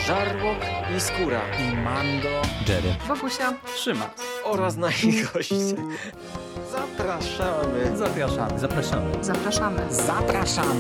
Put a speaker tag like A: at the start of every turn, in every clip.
A: Żarłok i Skóra
B: i Mando,
C: Jerry,
D: Bogusia,
B: Szymas.
A: oraz nasi goście. Zapraszamy.
B: Zapraszamy.
C: zapraszamy.
D: zapraszamy.
B: Zapraszamy.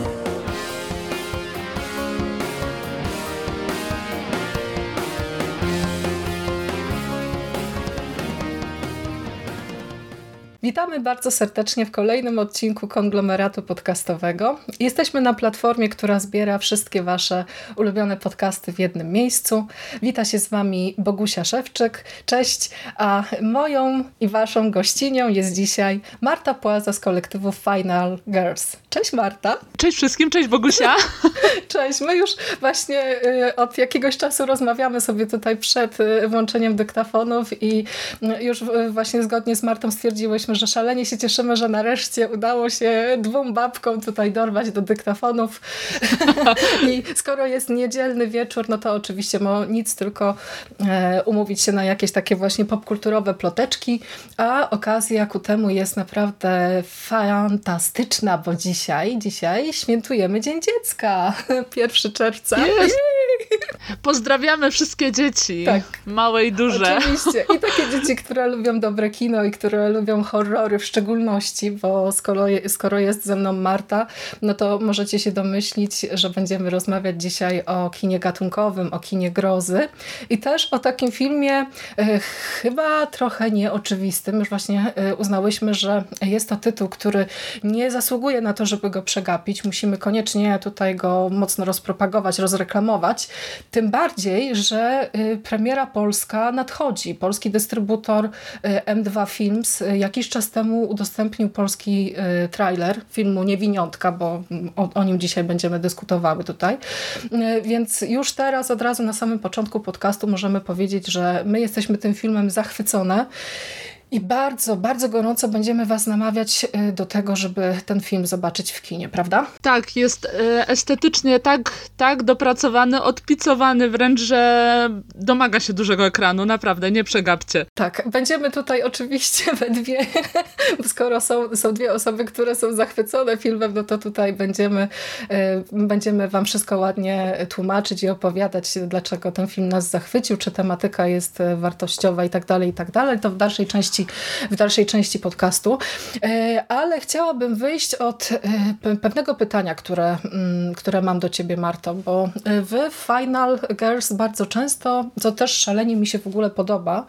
D: Witamy bardzo serdecznie w kolejnym odcinku Konglomeratu Podcastowego. Jesteśmy na platformie, która zbiera wszystkie Wasze ulubione podcasty w jednym miejscu. Wita się z Wami Bogusia Szewczyk. Cześć, a moją i Waszą gościnią jest dzisiaj Marta Płaza z kolektywu Final Girls. Cześć Marta.
E: Cześć wszystkim, cześć Bogusia.
D: Cześć, my już właśnie od jakiegoś czasu rozmawiamy sobie tutaj przed włączeniem dyktafonów i już właśnie zgodnie z Martą stwierdziłyśmy, że szalenie się cieszymy, że nareszcie udało się dwóm babkom tutaj dorwać do dyktafonów. I skoro jest niedzielny wieczór, no to oczywiście nic, tylko umówić się na jakieś takie właśnie popkulturowe ploteczki, a okazja ku temu jest naprawdę fantastyczna, bo dzisiaj świętujemy Dzień Dziecka. 1 czerwca.
E: Yes. Pozdrawiamy wszystkie dzieci. Tak. Małe i duże.
D: Oczywiście. I takie dzieci, które lubią dobre kino i które lubią horrory w szczególności, bo skoro jest ze mną Marta, no to możecie się domyślić, że będziemy rozmawiać dzisiaj o kinie gatunkowym, o kinie grozy i też o takim filmie chyba trochę nieoczywistym. Już właśnie uznałyśmy, że jest to tytuł, który nie zasługuje na to, żeby go przegapić. Musimy koniecznie tutaj go mocno rozpropagować, rozreklamować. Tym bardziej, że premiera polska nadchodzi. Polski dystrybutor M2 Films jakiś czas temu udostępnił polski trailer filmu Niewiniątka, bo o nim dzisiaj będziemy dyskutowały tutaj. Więc już teraz od razu na samym początku podcastu możemy powiedzieć, że my jesteśmy tym filmem zachwycone. I bardzo, bardzo gorąco będziemy Was namawiać do tego, żeby ten film zobaczyć w kinie, prawda?
E: Tak, jest estetycznie tak dopracowany, odpicowany wręcz, że domaga się dużego ekranu, naprawdę, nie przegapcie.
D: Tak, będziemy tutaj oczywiście we dwie, skoro są dwie osoby, które są zachwycone filmem, no to tutaj będziemy Wam wszystko ładnie tłumaczyć i opowiadać, dlaczego ten film nas zachwycił, czy tematyka jest wartościowa i tak dalej, to w dalszej części podcastu. Ale chciałabym wyjść od pewnego pytania, które mam do Ciebie, Marto, bo wy Final Girls bardzo często, co też szalenie mi się w ogóle podoba,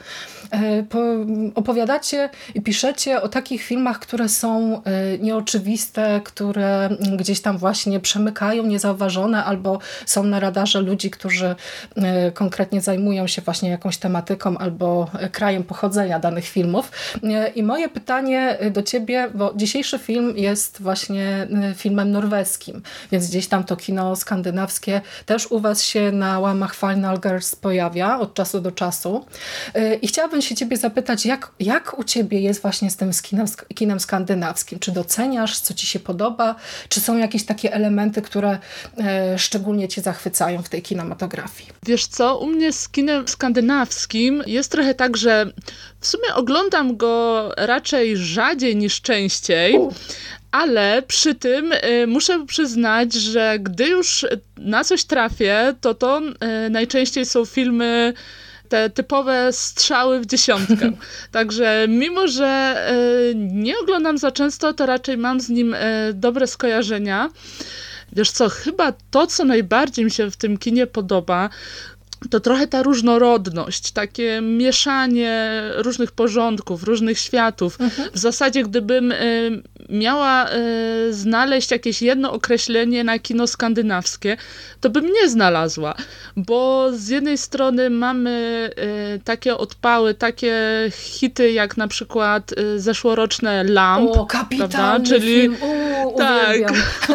D: opowiadacie i piszecie o takich filmach, które są nieoczywiste, które gdzieś tam właśnie przemykają niezauważone albo są na radarze ludzi, którzy konkretnie zajmują się właśnie jakąś tematyką albo krajem pochodzenia danych filmów. I moje pytanie do Ciebie, bo dzisiejszy film jest właśnie filmem norweskim, więc gdzieś tam to kino skandynawskie też u Was się na łamach Final Girls pojawia od czasu do czasu. I chciałabym się Ciebie zapytać, jak u Ciebie jest właśnie z tym kinem skandynawskim? Czy doceniasz, co Ci się podoba? Czy są jakieś takie elementy, które szczególnie Cię zachwycają w tej kinematografii?
E: Wiesz co, u mnie z kinem skandynawskim jest trochę tak, że w sumie oglądam go raczej rzadziej niż częściej, ale przy tym muszę przyznać, że gdy już na coś trafię, to najczęściej są filmy te typowe strzały w dziesiątkę. Także mimo, że nie oglądam za często, to raczej mam z nim dobre skojarzenia. Wiesz co, chyba to, co najbardziej mi się w tym kinie podoba, to trochę ta różnorodność, takie mieszanie różnych porządków, różnych światów. W zasadzie, gdybym miała znaleźć jakieś jedno określenie na kino skandynawskie, to bym nie znalazła, bo z jednej strony mamy takie odpały, takie hity jak na przykład zeszłoroczne Lamp.
D: O, kapitalny film, uwielbiam.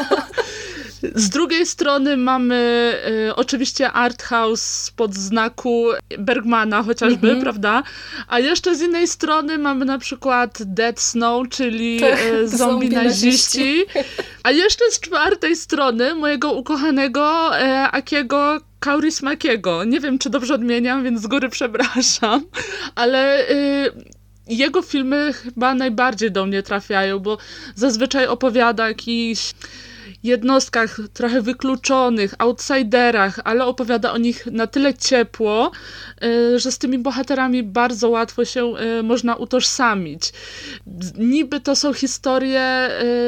E: Z drugiej strony mamy oczywiście arthouse spod znaku Bergmana chociażby, prawda? A jeszcze z innej strony mamy na przykład Dead Snow, czyli zombie naziści. A jeszcze z czwartej strony mojego ukochanego Akiego Kaurismäkiego. Nie wiem, czy dobrze odmieniam, więc z góry przepraszam. Ale jego filmy chyba najbardziej do mnie trafiają, bo zazwyczaj opowiada jednostkach trochę wykluczonych, outsiderach, ale opowiada o nich na tyle ciepło, że z tymi bohaterami bardzo łatwo się można utożsamić. Niby to są historie,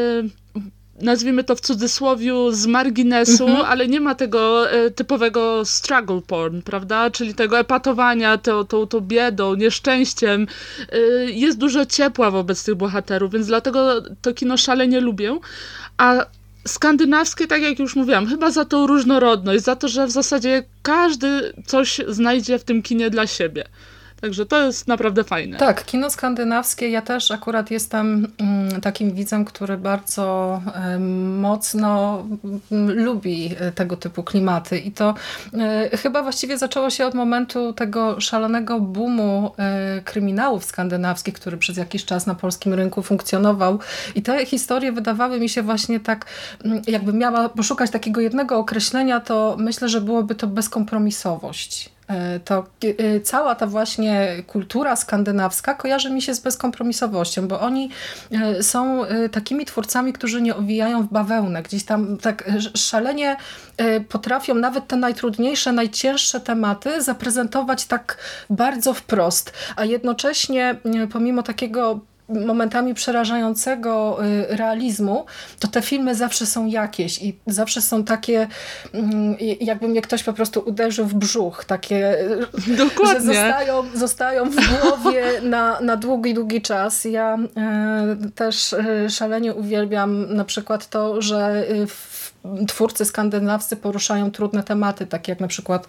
E: nazwijmy to w cudzysłowiu, z marginesu, ale nie ma tego typowego struggle porn, prawda? Czyli tego epatowania tą biedą, nieszczęściem. Jest dużo ciepła wobec tych bohaterów, więc dlatego to kino szalenie lubię. A skandynawskie, tak jak już mówiłam, chyba za tą różnorodność, za to, że w zasadzie każdy coś znajdzie w tym kinie dla siebie. Także to jest naprawdę fajne.
D: Tak, kino skandynawskie, ja też akurat jestem takim widzem, który bardzo mocno lubi tego typu klimaty i to chyba właściwie zaczęło się od momentu tego szalonego boomu kryminałów skandynawskich, który przez jakiś czas na polskim rynku funkcjonował i te historie wydawały mi się właśnie tak, jakbym miała poszukać takiego jednego określenia, to myślę, że byłoby to bezkompromisowość. To cała ta właśnie kultura skandynawska kojarzy mi się z bezkompromisowością, bo oni są takimi twórcami, którzy nie owijają w bawełnę. Gdzieś tam tak szalenie potrafią nawet te najtrudniejsze, najcięższe tematy zaprezentować tak bardzo wprost, a jednocześnie pomimo takiego momentami przerażającego realizmu, to te filmy zawsze są jakieś i zawsze są takie, jakby mnie ktoś po prostu uderzył w brzuch, takie,
E: dokładnie,
D: że zostają w głowie na długi, długi czas. Ja też szalenie uwielbiam na przykład to, że twórcy skandynawscy poruszają trudne tematy, takie jak na przykład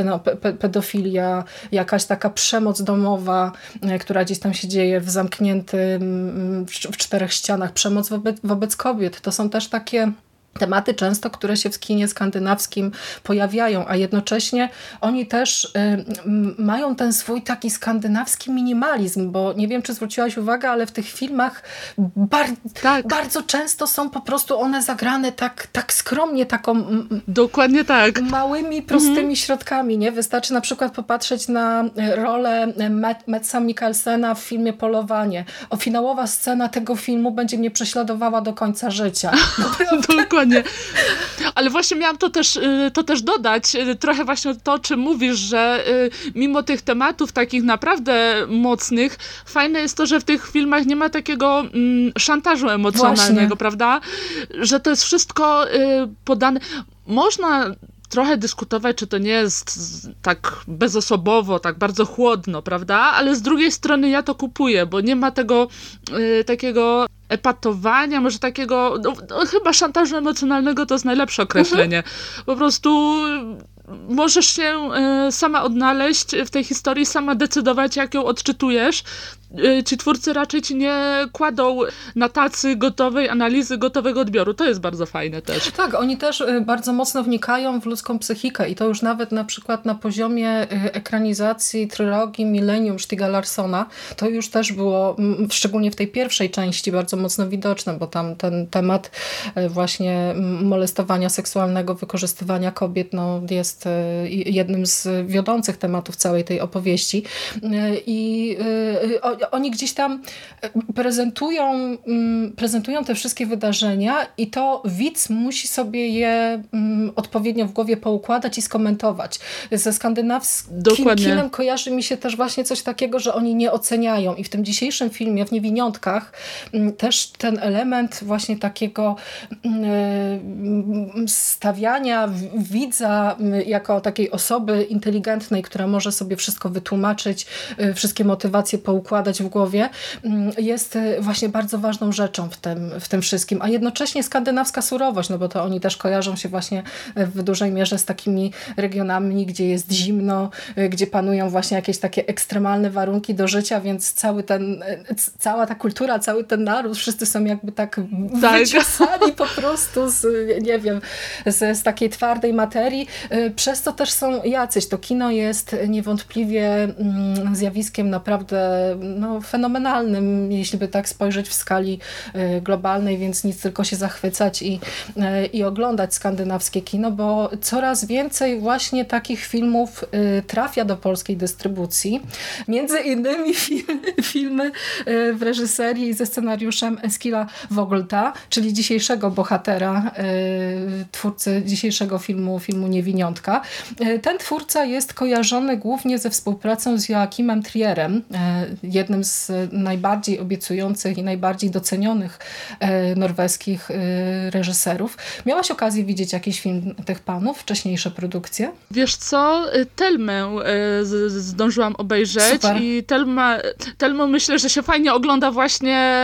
D: pedofilia, jakaś taka przemoc domowa, która gdzieś tam się dzieje w zamkniętym, w czterech ścianach, przemoc wobec kobiet. To są też takie tematy często, które się w kinie skandynawskim pojawiają, a jednocześnie oni też mają ten swój taki skandynawski minimalizm, bo nie wiem, czy zwróciłaś uwagę, ale w tych filmach bardzo często są po prostu one zagrane tak skromnie, taką
E: dokładnie tak,
D: małymi, prostymi środkami. Nie? Wystarczy na przykład popatrzeć na rolę Madsa Mikkelsena w filmie Polowanie. Finałowa scena tego filmu będzie mnie prześladowała do końca życia.
E: Dokładnie. Ale właśnie miałam to też dodać, trochę właśnie to, o czym mówisz, że mimo tych tematów takich naprawdę mocnych, fajne jest to, że w tych filmach nie ma takiego szantażu emocjonalnego, właśnie, prawda? Że to jest wszystko podane. Można trochę dyskutować, czy to nie jest tak bezosobowo, tak bardzo chłodno, prawda? Ale z drugiej strony ja to kupuję, bo nie ma tego takiego epatowania, może takiego, chyba szantażu emocjonalnego to jest najlepsze określenie. Po prostu możesz się sama odnaleźć w tej historii, sama decydować, jak ją odczytujesz. Ci twórcy raczej ci nie kładą na tacy gotowej analizy, gotowego odbioru. To jest bardzo fajne też.
D: Tak, oni też bardzo mocno wnikają w ludzką psychikę i to już nawet na przykład na poziomie ekranizacji trylogii Millennium Stiega Larssona, to już też było, szczególnie w tej pierwszej części, bardzo mocno widoczne, bo tam ten temat właśnie molestowania seksualnego, wykorzystywania kobiet jest jednym z wiodących tematów całej tej opowieści. Oni gdzieś tam prezentują te wszystkie wydarzenia i to widz musi sobie je odpowiednio w głowie poukładać i skomentować. Ze skandynawskim kinem kojarzy mi się też właśnie coś takiego, że oni nie oceniają i w tym dzisiejszym filmie, w Niewiniątkach, też ten element właśnie takiego stawiania widza jako takiej osoby inteligentnej, która może sobie wszystko wytłumaczyć, wszystkie motywacje poukładać w głowie, jest właśnie bardzo ważną rzeczą w tym wszystkim. A jednocześnie skandynawska surowość, no bo to oni też kojarzą się właśnie w dużej mierze z takimi regionami, gdzie jest zimno, gdzie panują właśnie jakieś takie ekstremalne warunki do życia, więc cała ta kultura, cały ten naród, wszyscy są jakby tak wyciosani po prostu z takiej twardej materii, przez to też są jacyś. To kino jest niewątpliwie zjawiskiem naprawdę fenomenalnym, jeśli by tak spojrzeć w skali globalnej, więc nic tylko się zachwycać i oglądać skandynawskie kino, bo coraz więcej właśnie takich filmów trafia do polskiej dystrybucji. Między innymi filmy w reżyserii ze scenariuszem Eskila Vogelta, czyli dzisiejszego bohatera, twórcy dzisiejszego filmu Niewiniątka. Ten twórca jest kojarzony głównie ze współpracą z Joachimem Trierem, jednym z najbardziej obiecujących i najbardziej docenionych norweskich reżyserów. Miałaś okazję widzieć jakiś film tych panów, wcześniejsze produkcje?
E: Wiesz co, Thelmę zdążyłam obejrzeć. Super. I Thelmę myślę, że się fajnie ogląda właśnie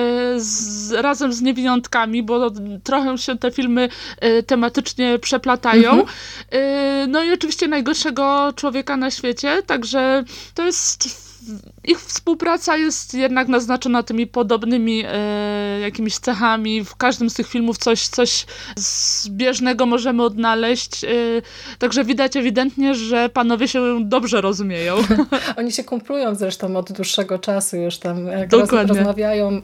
E: razem z Niewiniątkami, bo trochę się te filmy tematycznie przeplatają. No i oczywiście Najgorszego człowieka na świecie, także to jest... Ich współpraca jest jednak naznaczona tymi podobnymi jakimiś cechami. W każdym z tych filmów coś zbieżnego możemy odnaleźć. Także widać ewidentnie, że panowie się dobrze rozumieją.
D: Oni się kumplują zresztą od dłuższego czasu już tam. Jak rozmawiają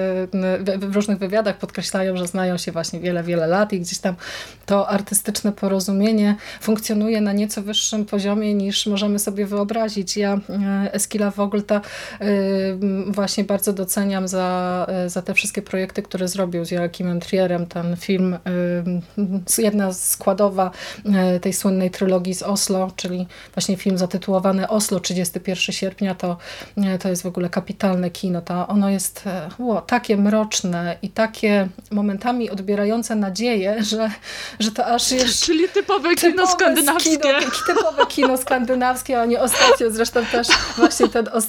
D: w różnych wywiadach, podkreślają, że znają się właśnie wiele, wiele lat i gdzieś tam to artystyczne porozumienie funkcjonuje na nieco wyższym poziomie niż możemy sobie wyobrazić. Ja Eskila Vogelta właśnie bardzo doceniam za te wszystkie projekty, które zrobił z Joachimem Trierem. Ten film, jedna składowa tej słynnej trylogii z Oslo, czyli właśnie film zatytułowany Oslo 31 sierpnia, to jest w ogóle kapitalne kino. Ono jest takie mroczne i takie momentami odbierające nadzieję, że to aż jest...
E: Czyli typowe kino skandynawskie.
D: Typowe kino skandynawskie. Oni ostatnio zresztą też właśnie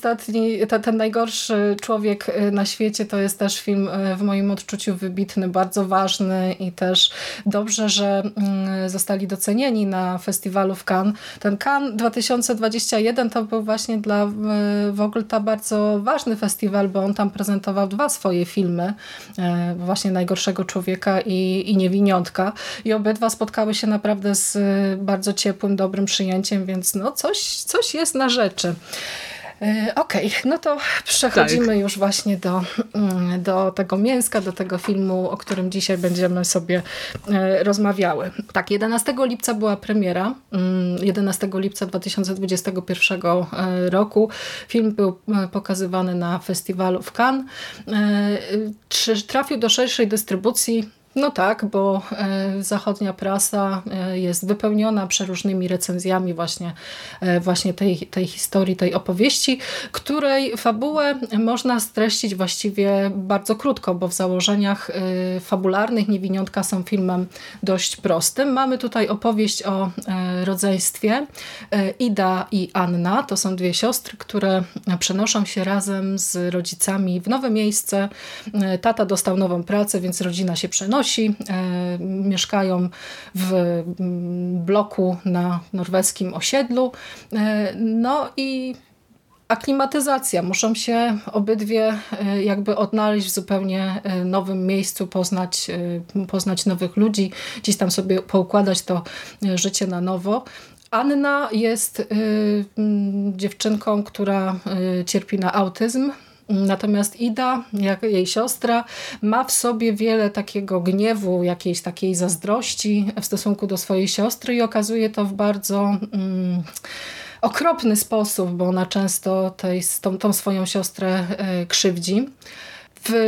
D: ten najgorszy człowiek na świecie to jest też film w moim odczuciu wybitny, bardzo ważny i też dobrze, że zostali docenieni na festiwalu w Cannes. Ten Cannes 2021 to był właśnie dla Vogelta bardzo ważny festiwal, bo on tam prezentował 2 swoje filmy, właśnie Najgorszego człowieka i Niewiniątka i obydwa spotkały się naprawdę z bardzo ciepłym, dobrym przyjęciem, więc coś jest na rzeczy. Okej, no to przechodzimy już właśnie do tego mięska, do tego filmu, o którym dzisiaj będziemy sobie rozmawiały. Tak, 11 lipca była premiera, 11 lipca 2021 roku. Film był pokazywany na festiwalu w Cannes. Czy trafił do szerszej dystrybucji? No tak, bo zachodnia prasa jest wypełniona przeróżnymi recenzjami właśnie tej historii, tej opowieści, której fabułę można streścić właściwie bardzo krótko, bo w założeniach fabularnych Niewiniątka są filmem dość prostym. Mamy tutaj opowieść o rodzeństwie. Ida i Anna to są 2 siostry, które przenoszą się razem z rodzicami w nowe miejsce. Tata dostał nową pracę, więc rodzina się przenosi. Mieszkają w bloku na norweskim osiedlu. No i aklimatyzacja. Muszą się obydwie jakby odnaleźć w zupełnie nowym miejscu, poznać nowych ludzi, gdzieś tam sobie poukładać to życie na nowo. Anna jest dziewczynką, która cierpi na autyzm. Natomiast Ida, jak jej siostra, ma w sobie wiele takiego gniewu, jakiejś takiej zazdrości w stosunku do swojej siostry i okazuje to w bardzo okropny sposób, bo ona często tą swoją siostrę krzywdzi. W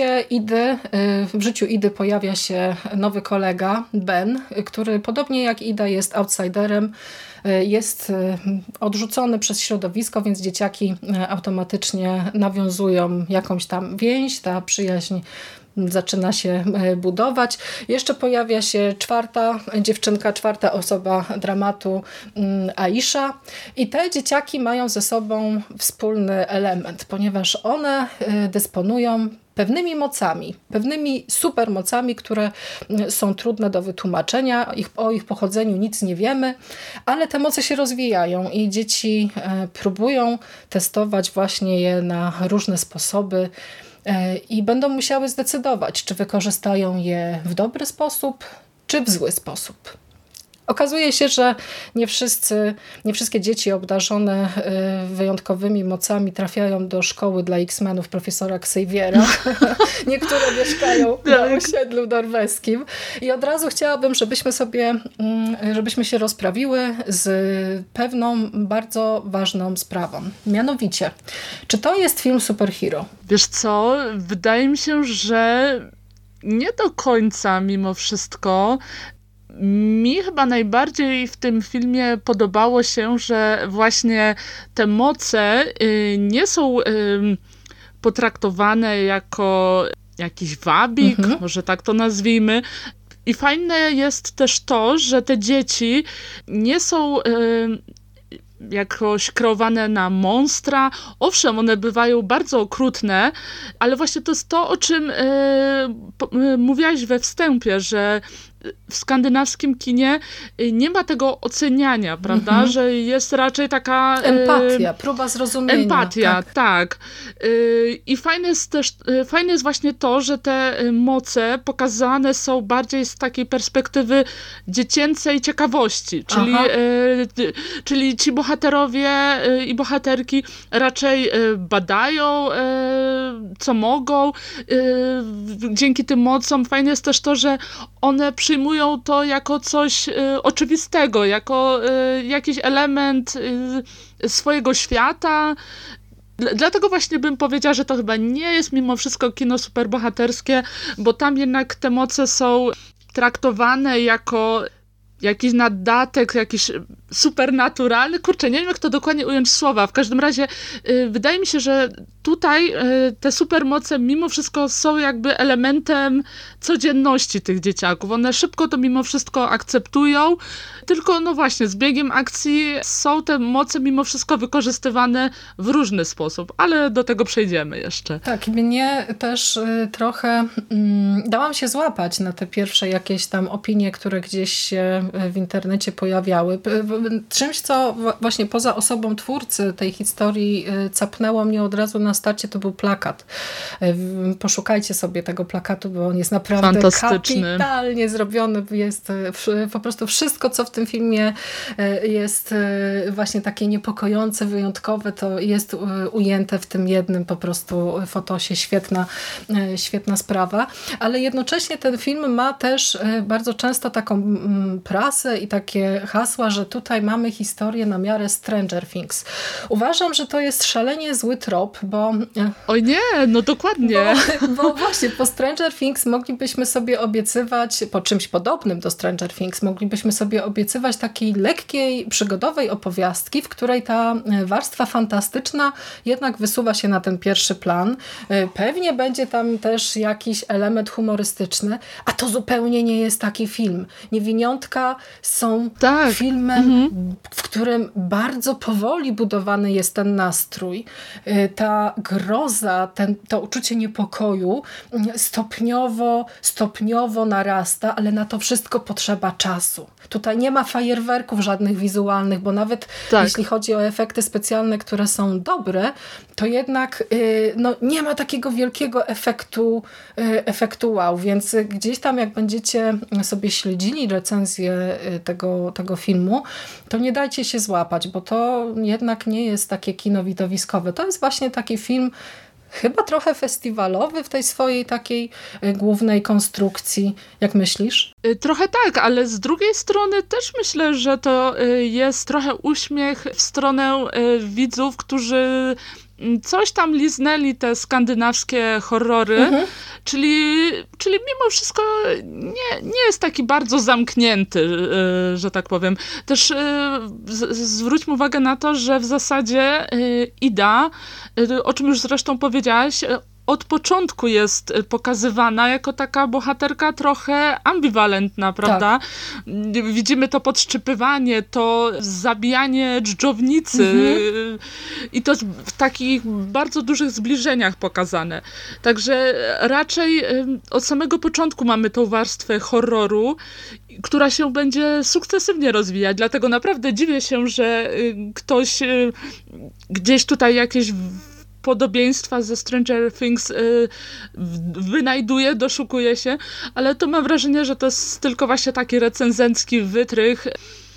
D: życiu Idy pojawia się nowy kolega, Ben, który podobnie jak Ida jest outsiderem, jest odrzucony przez środowisko, więc dzieciaki automatycznie nawiązują jakąś tam więź, ta przyjaźń zaczyna się budować. Jeszcze pojawia się 4. dziewczynka, 4. osoba dramatu, Aisha. I te dzieciaki mają ze sobą wspólny element, ponieważ one dysponują pewnymi mocami, pewnymi supermocami, które są trudne do wytłumaczenia. O ich pochodzeniu nic nie wiemy, ale te moce się rozwijają i dzieci próbują testować właśnie je na różne sposoby i będą musiały zdecydować, czy wykorzystają je w dobry sposób, czy w zły sposób. Okazuje się, że nie wszystkie dzieci obdarzone wyjątkowymi mocami trafiają do szkoły dla X-Menów profesora Xaviera. Niektóre mieszkają na osiedlu norweskim. I od razu chciałabym, żebyśmy się rozprawiły z pewną bardzo ważną sprawą. Mianowicie, czy to jest film superhero?
E: Wiesz co, wydaje mi się, że nie do końca mimo wszystko. Mi chyba najbardziej w tym filmie podobało się, że właśnie te moce nie są potraktowane jako jakiś wabik, może tak to nazwijmy. I fajne jest też to, że te dzieci nie są jakoś kreowane na monstra. Owszem, one bywają bardzo okrutne, ale właśnie to jest to, o czym mówiłaś we wstępie, że w skandynawskim kinie nie ma tego oceniania, prawda? Że jest raczej taka...
D: Empatia, próba zrozumienia.
E: Empatia, tak. I fajne jest właśnie to, że te moce pokazane są bardziej z takiej perspektywy dziecięcej ciekawości, czyli ci bohaterowie i bohaterki raczej badają, co mogą. Dzięki tym mocom fajne jest też to, że one przyjmują to jako coś oczywistego, jako jakiś element swojego świata. Dlatego właśnie bym powiedziała, że to chyba nie jest mimo wszystko kino superbohaterskie, bo tam jednak te moce są traktowane jako jakiś naddatek, jakiś supernaturalny. Kurczę, nie wiem, jak to dokładnie ująć w słowa. W każdym razie wydaje mi się, że tutaj te supermoce mimo wszystko są jakby elementem codzienności tych dzieciaków. One szybko to mimo wszystko akceptują, tylko no właśnie z biegiem akcji są te moce mimo wszystko wykorzystywane w różny sposób, ale do tego przejdziemy jeszcze.
D: Tak, mnie też trochę dałam się złapać na te pierwsze jakieś tam opinie, które gdzieś się w internecie pojawiały. Czymś, co właśnie poza osobą twórcy tej historii capnęło mnie od razu na starcie, to był plakat. Poszukajcie sobie tego plakatu, bo on jest naprawdę kapitalnie zrobiony. Jest po prostu wszystko, co w tym filmie jest właśnie takie niepokojące, wyjątkowe, to jest ujęte w tym jednym po prostu fotosie. Świetna sprawa. Ale jednocześnie ten film ma też bardzo często taką prasę i takie hasła, że tutaj mamy historię na miarę Stranger Things. Uważam, że to jest szalenie zły trop, bo...
E: Oj nie, no dokładnie.
D: Bo właśnie po Stranger Things moglibyśmy sobie obiecywać, po czymś podobnym do Stranger Things, moglibyśmy sobie obiecywać takiej lekkiej, przygodowej opowiastki, w której ta warstwa fantastyczna jednak wysuwa się na ten pierwszy plan. Pewnie będzie tam też jakiś element humorystyczny, a to zupełnie nie jest taki film. Niewiniątka są filmem, w którym bardzo powoli budowany jest ten nastrój. Ta groza, to uczucie niepokoju stopniowo narasta, ale na to wszystko potrzeba czasu. Tutaj nie ma fajerwerków żadnych wizualnych, bo nawet jeśli chodzi o efekty specjalne, które są dobre, to jednak nie ma takiego wielkiego efektu wow, więc gdzieś tam jak będziecie sobie śledzili recenzję tego filmu, to nie dajcie się złapać, bo to jednak nie jest takie kino widowiskowe. To jest właśnie taki film chyba trochę festiwalowy w tej swojej takiej głównej konstrukcji. Jak myślisz?
E: Trochę tak, ale z drugiej strony też myślę, że to jest trochę uśmiech w stronę widzów, którzy coś tam liznęli te skandynawskie horrory, czyli mimo wszystko nie jest taki bardzo zamknięty, że tak powiem. Też zwróćmy uwagę na to, że w zasadzie Ida, o czym już zresztą powiedziałaś, od początku jest pokazywana jako taka bohaterka trochę ambiwalentna, prawda? Tak. Widzimy to podszczypywanie, to zabijanie dżdżownicy i to w takich bardzo dużych zbliżeniach pokazane. Także raczej od samego początku mamy tą warstwę horroru, która się będzie sukcesywnie rozwijać. Dlatego naprawdę dziwię się, że ktoś gdzieś tutaj jakieś podobieństwa ze Stranger Things wynajduje, doszukuje się, ale to mam wrażenie, że to jest tylko właśnie taki recenzencki wytrych,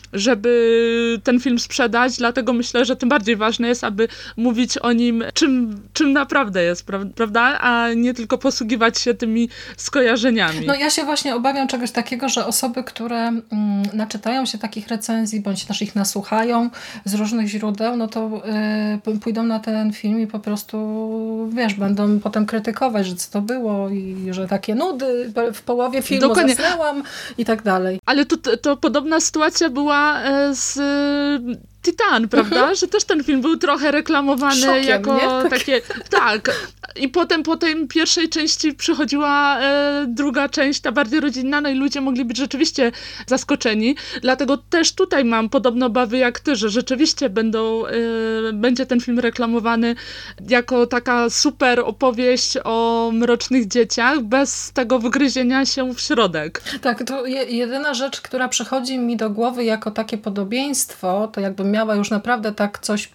E: żeby ten film sprzedać, dlatego myślę, że tym bardziej ważne jest, aby mówić o nim, czym naprawdę jest, prawda? A nie tylko posługiwać się tymi skojarzeniami.
D: No ja się właśnie obawiam czegoś takiego, że osoby, które naczytają się takich recenzji, bądź też ich nasłuchają z różnych źródeł, no to pójdą na ten film i po prostu, wiesz, będą potem krytykować, że co to było i że takie nudy, w połowie filmu
E: Dokładnie.
D: zasnęłam i tak dalej.
E: Ale to podobna sytuacja była z Titan, prawda? Że też ten film był trochę reklamowany
D: Szokiem,
E: jako
D: nie?
E: takie... Tak. I potem po tej pierwszej części przychodziła druga część, ta bardziej rodzinna, no i ludzie mogli być rzeczywiście zaskoczeni. Dlatego też tutaj mam podobne obawy jak ty, że rzeczywiście będzie ten film reklamowany jako taka super opowieść o mrocznych dzieciach, bez tego wygryzienia się w środek.
D: Tak, to jedyna rzecz, która przychodzi mi do głowy jako takie podobieństwo, to jakbym miała już naprawdę tak coś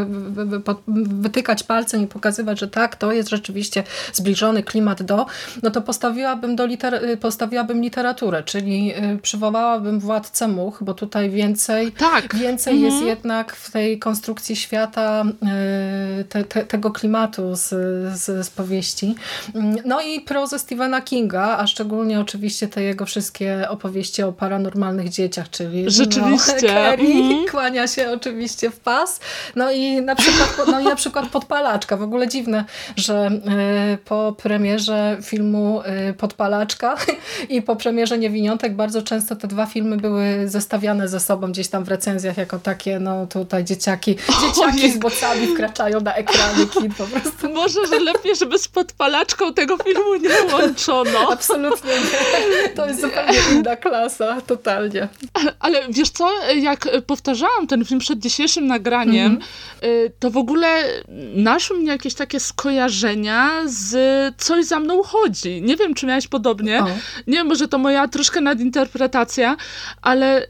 D: wytykać palcem i pokazywać, że tak, to jest rzeczywiście zbliżony klimat no to postawiłabym literaturę, czyli przywołałabym Władcę Much, bo tutaj więcej jest jednak w tej konstrukcji świata tego klimatu z powieści. No i prozę Stephena Kinga, a szczególnie oczywiście te jego wszystkie opowieści o paranormalnych dzieciach, czyli
E: rzeczywiście.
D: Carrie kłania się oczywiście w pas. No i na przykład Podpalaczka. W ogóle dziwne, że po premierze filmu Podpalaczka i po premierze Niewiniątek bardzo często te dwa filmy były zestawiane ze sobą gdzieś tam w recenzjach jako takie, no tutaj dzieciaki z bocami wkraczają na ekrany kin po prostu.
E: Może, że lepiej, żeby z Podpalaczką tego filmu nie łączono.
D: Absolutnie nie. To jest zupełnie inna klasa, totalnie.
E: Ale wiesz co, jak powtarzałam ten film przed dzisiejszym nagraniem, to w ogóle naszły mnie jakieś takie skojarzenia z Coś za mną chodzi. Nie wiem, czy miałaś podobnie. Nie wiem, może to moja troszkę nadinterpretacja, ale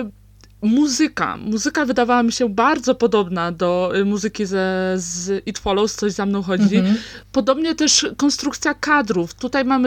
E: muzyka wydawała mi się bardzo podobna do muzyki z It Follows, Coś za mną chodzi. Podobnie też konstrukcja kadrów. Tutaj mamy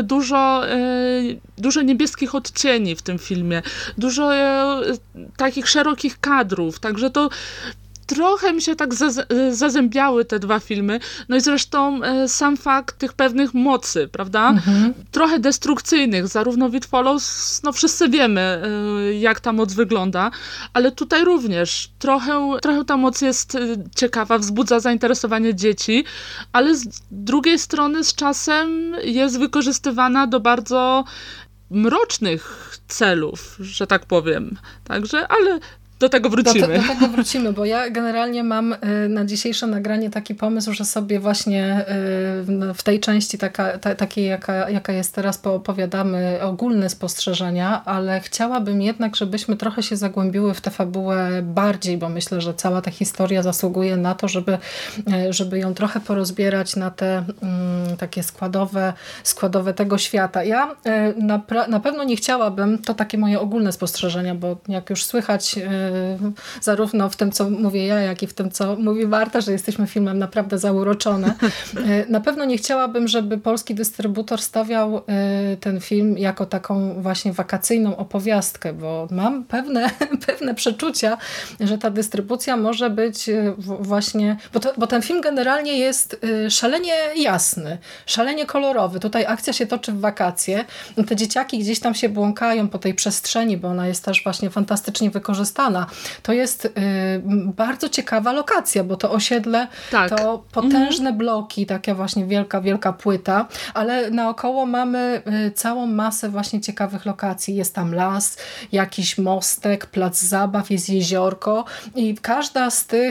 E: dużo niebieskich odcieni w tym filmie. Dużo takich szerokich kadrów. Także to trochę mi się tak zazębiały te dwa filmy. No i zresztą sam fakt tych pewnych mocy, prawda? Trochę destrukcyjnych. Zarówno w It Follows, no wszyscy wiemy, jak ta moc wygląda, ale tutaj również trochę ta moc jest ciekawa, wzbudza zainteresowanie dzieci, ale z drugiej strony z czasem jest wykorzystywana do bardzo mrocznych celów, że tak powiem. Także, ale do tego wrócimy.
D: Do tego wrócimy, bo ja generalnie mam na dzisiejsze nagranie taki pomysł, że sobie właśnie w tej części takiej, jaka jest teraz, poopowiadamy ogólne spostrzeżenia, ale chciałabym jednak, żebyśmy trochę się zagłębiły w tę fabułę bardziej, bo myślę, że cała ta historia zasługuje na to, żeby ją trochę porozbierać na te takie składowe tego świata. Ja na pewno nie chciałabym, to takie moje ogólne spostrzeżenia, bo jak już słychać zarówno w tym, co mówię ja, jak i w tym, co mówi Marta, że jesteśmy filmem naprawdę zauroczone. Na pewno nie chciałabym, żeby polski dystrybutor stawiał ten film jako taką właśnie wakacyjną opowiastkę, bo mam pewne przeczucia, że ta dystrybucja może być właśnie, bo ten film generalnie jest szalenie jasny, szalenie kolorowy. Tutaj akcja się toczy w wakacje. Te dzieciaki gdzieś tam się błąkają po tej przestrzeni, bo ona jest też właśnie fantastycznie wykorzystana. To jest bardzo ciekawa lokacja, bo to osiedle to potężne bloki, taka właśnie wielka płyta, ale naokoło mamy całą masę właśnie ciekawych lokacji. Jest tam las, jakiś mostek, plac zabaw, jest jeziorko i każda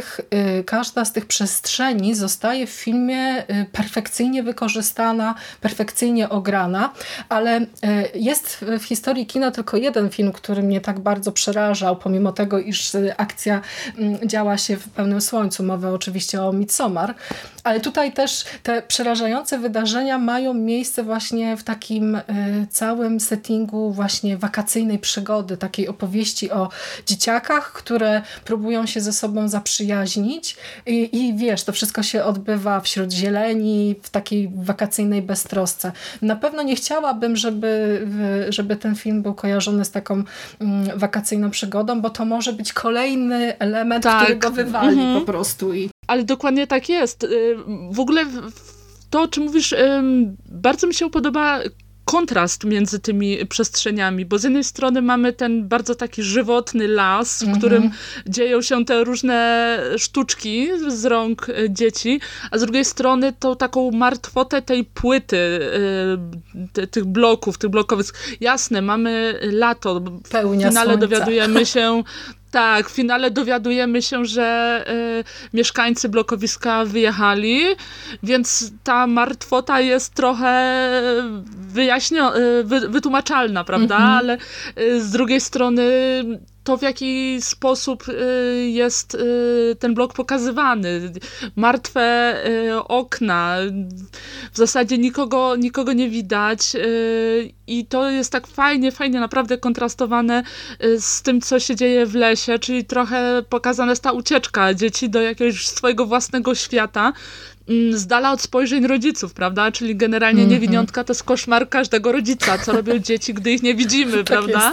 D: z tych przestrzeni zostaje w filmie perfekcyjnie wykorzystana, perfekcyjnie ograna, ale jest w historii kina tylko jeden film, który mnie tak bardzo przerażał, pomimo tego, iż akcja działa się w pełnym słońcu. Mowa oczywiście o Midsommar, Ale tutaj też te przerażające wydarzenia mają miejsce właśnie w takim całym settingu właśnie wakacyjnej przygody, takiej opowieści o dzieciakach, które próbują się ze sobą zaprzyjaźnić i wiesz, to wszystko się odbywa wśród zieleni, w takiej wakacyjnej beztrosce. Na pewno nie chciałabym, żeby ten film był kojarzony z taką wakacyjną przygodą, bo to może być kolejny element, który go wywali po prostu.
E: Ale dokładnie tak jest. W ogóle to, o czym mówisz, bardzo mi się podoba kontrast między tymi przestrzeniami, bo z jednej strony mamy ten bardzo taki żywotny las, w którym dzieją się te różne sztuczki z rąk dzieci, a z drugiej strony tą taką martwotę tej płyty, tych bloków, tych blokowych. Jasne, mamy lato,
D: Pełnia
E: w finale
D: słońca.
E: dowiadujemy się, tak, w finale dowiadujemy się, że mieszkańcy blokowiska wyjechali, więc ta martwota jest trochę wytłumaczalna, prawda? Ale z drugiej strony to, w jaki sposób jest ten blok pokazywany. Martwe okna, w zasadzie nikogo nie widać i to jest tak fajnie naprawdę kontrastowane z tym, co się dzieje w lesie, czyli trochę pokazana jest ta ucieczka dzieci do jakiegoś swojego własnego świata, z dala od spojrzeń rodziców, prawda? Czyli generalnie niewiniątka to jest koszmar każdego rodzica. Co robią dzieci, gdy ich nie widzimy, prawda?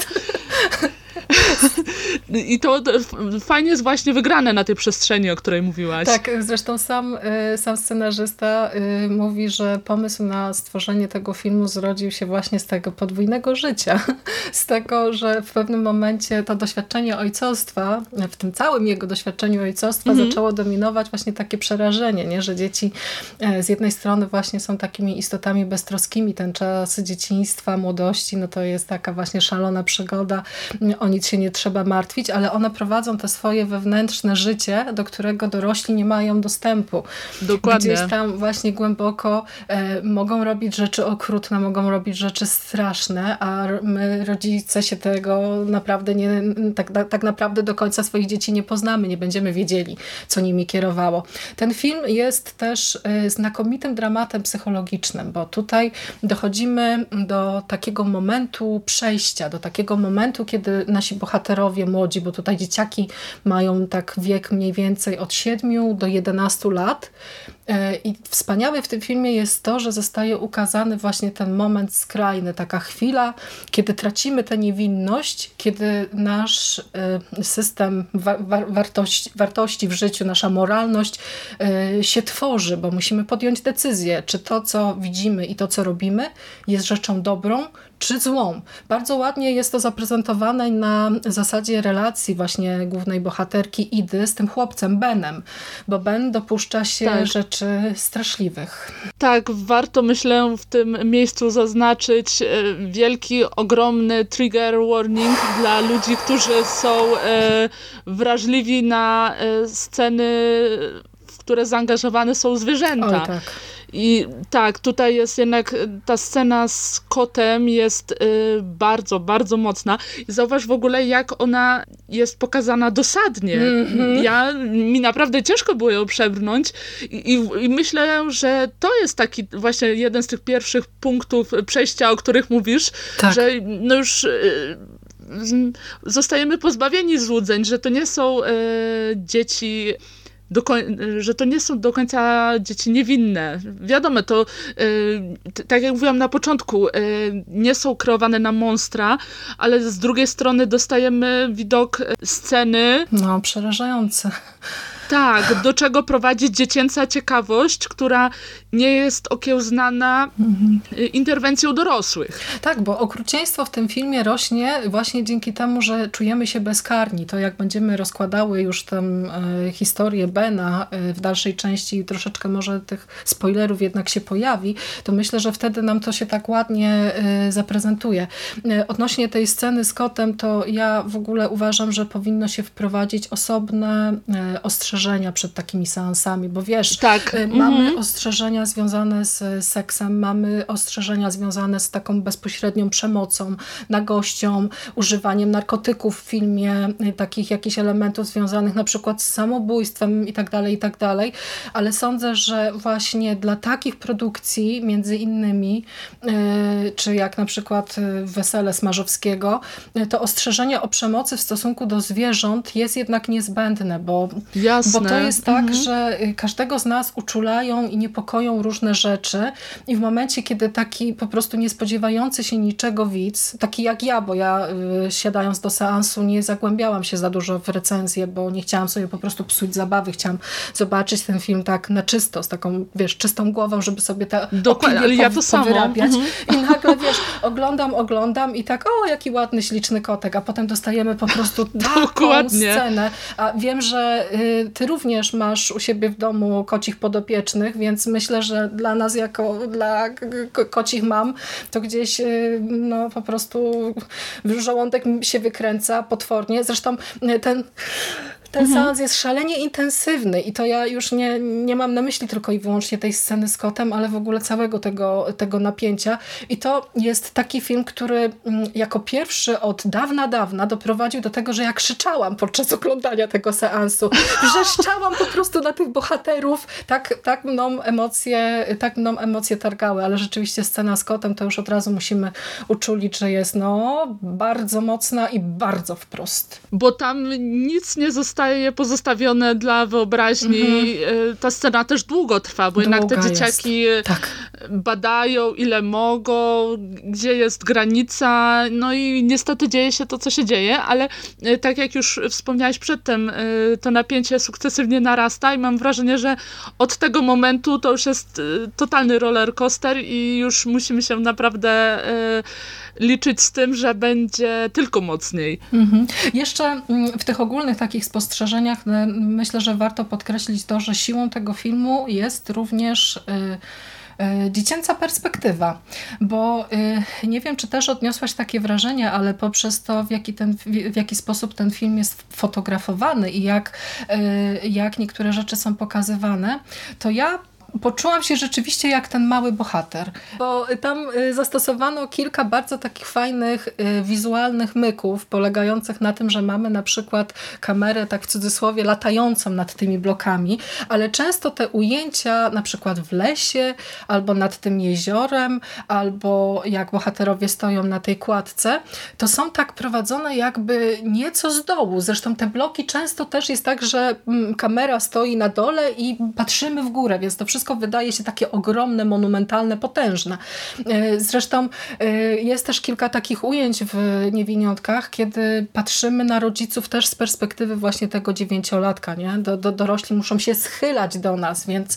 E: I to fajnie jest właśnie wygrane na tej przestrzeni, o której mówiłaś.
D: Tak, zresztą sam scenarzysta mówi, że pomysł na stworzenie tego filmu zrodził się właśnie z tego podwójnego życia. Z tego, że w pewnym momencie to doświadczenie ojcostwa, w tym całym jego doświadczeniu ojcostwa zaczęło dominować właśnie takie przerażenie, nie? Że dzieci z jednej strony właśnie są takimi istotami beztroskimi. Ten czas dzieciństwa, młodości, no to jest taka właśnie szalona przygoda. O nic się nie trzeba martwić, ale one prowadzą te swoje wewnętrzne życie, do którego dorośli nie mają dostępu.
E: Dokładnie.
D: Gdzieś tam właśnie głęboko mogą robić rzeczy okrutne, mogą robić rzeczy straszne, a my, rodzice, się tego naprawdę tak naprawdę do końca swoich dzieci nie poznamy, nie będziemy wiedzieli, co nimi kierowało. Ten film jest też znakomitym dramatem psychologicznym, bo tutaj dochodzimy do takiego momentu przejścia, do takiego momentu, kiedy nasi bohaterowie młodzi, bo tutaj dzieciaki mają tak wiek mniej więcej od 7 do 11 lat. I wspaniałe w tym filmie jest to, że zostaje ukazany właśnie ten moment skrajny, taka chwila, kiedy tracimy tę niewinność, kiedy nasz system wartości w życiu, nasza moralność się tworzy, bo musimy podjąć decyzję, czy to, co widzimy i to, co robimy, jest rzeczą dobrą, czy złą. Bardzo ładnie jest to zaprezentowane na zasadzie relacji właśnie głównej bohaterki Idy z tym chłopcem Benem, bo Ben dopuszcza się rzeczy straszliwych.
E: Tak, warto, myślę, w tym miejscu zaznaczyć wielki, ogromny trigger warning dla ludzi, którzy są wrażliwi na sceny, w które zaangażowane są zwierzęta.
D: Oj, tak.
E: I tak, tutaj jest jednak ta scena z kotem jest bardzo, bardzo mocna. I zauważ w ogóle, jak ona jest pokazana dosadnie. Mi naprawdę ciężko było ją przebrnąć i myślę, że to jest taki właśnie jeden z tych pierwszych punktów przejścia, o których mówisz, że no już zostajemy pozbawieni złudzeń, że to nie są dzieci... że to nie są do końca dzieci niewinne. Wiadomo, to tak jak mówiłam na początku, nie są kreowane na monstra, ale z drugiej strony dostajemy widok sceny.
D: No, przerażające.
E: Tak, do czego prowadzi dziecięca ciekawość, która nie jest okiełznana interwencją dorosłych.
D: Tak, bo okrucieństwo w tym filmie rośnie właśnie dzięki temu, że czujemy się bezkarni. To jak będziemy rozkładały już tę historię Bena w dalszej części, troszeczkę może tych spoilerów jednak się pojawi, to myślę, że wtedy nam to się tak ładnie zaprezentuje. Odnośnie tej sceny z kotem, to ja w ogóle uważam, że powinno się wprowadzić osobne ostrzeżenie ostrzeżenia przed takimi seansami, bo wiesz,
E: Tak.
D: mamy ostrzeżenia związane z seksem, mamy ostrzeżenia związane z taką bezpośrednią przemocą, nagością, używaniem narkotyków w filmie, takich jakichś elementów związanych na przykład z samobójstwem i tak dalej, ale sądzę, że właśnie dla takich produkcji, między innymi, czy jak na przykład Wesele Smarzowskiego, to ostrzeżenie o przemocy w stosunku do zwierząt jest jednak niezbędne, bo to jest tak, że każdego z nas uczulają i niepokoją różne rzeczy i w momencie, kiedy taki po prostu niespodziewający się niczego widz, taki jak ja, bo ja siadając do seansu nie zagłębiałam się za dużo w recenzję, bo nie chciałam sobie po prostu psuć zabawy, chciałam zobaczyć ten film tak na czysto, z taką, wiesz, czystą głową, żeby sobie te opinie powyrabiać. I nagle, wiesz, oglądam i tak, o, jaki ładny, śliczny kotek, a potem dostajemy po prostu taką scenę. A wiem, że ty również masz u siebie w domu kocich podopiecznych, więc myślę, że dla nas, dla kocich mam, to gdzieś no po prostu żołądek się wykręca potwornie. Zresztą ten seans jest szalenie intensywny i to ja już nie mam na myśli tylko i wyłącznie tej sceny z kotem, ale w ogóle całego tego napięcia. I to jest taki film, który jako pierwszy od dawna doprowadził do tego, że ja krzyczałam podczas oglądania tego seansu. Wrzeszczałam po prostu na tych bohaterów. Tak mną emocje targały, ale rzeczywiście scena z kotem to już od razu musimy uczulić, że jest bardzo mocna i bardzo wprost.
E: Bo tam nic nie zostaje pozostawione dla wyobraźni. Ta scena też długo trwa, bo jednak te dzieciaki badają ile mogą, gdzie jest granica, no i niestety dzieje się to, co się dzieje, ale tak jak już wspomniałaś przedtem, to napięcie sukcesywnie narasta i mam wrażenie, że od tego momentu to już jest totalny roller coaster i już musimy się naprawdę liczyć z tym, że będzie tylko mocniej.
D: Jeszcze w tych ogólnych takich spostrzeżeniach myślę, że warto podkreślić to, że siłą tego filmu jest również dziecięca perspektywa, bo nie wiem, czy też odniosłaś takie wrażenie, ale poprzez to, w jaki sposób ten film jest fotografowany i jak niektóre rzeczy są pokazywane, to ja poczułam się rzeczywiście jak ten mały bohater, bo tam zastosowano kilka bardzo takich fajnych wizualnych myków, polegających na tym, że mamy na przykład kamerę, tak w cudzysłowie, latającą nad tymi blokami, ale często te ujęcia na przykład w lesie, albo nad tym jeziorem, albo jak bohaterowie stoją na tej kładce, to są tak prowadzone jakby nieco z dołu. Zresztą te bloki często też jest tak, że kamera stoi na dole i patrzymy w górę, więc to wszystko wydaje się takie ogromne, monumentalne, potężne. Zresztą jest też kilka takich ujęć w Niewiniątkach, kiedy patrzymy na rodziców też z perspektywy właśnie tego 9-latka, nie? Dorośli muszą się schylać do nas, więc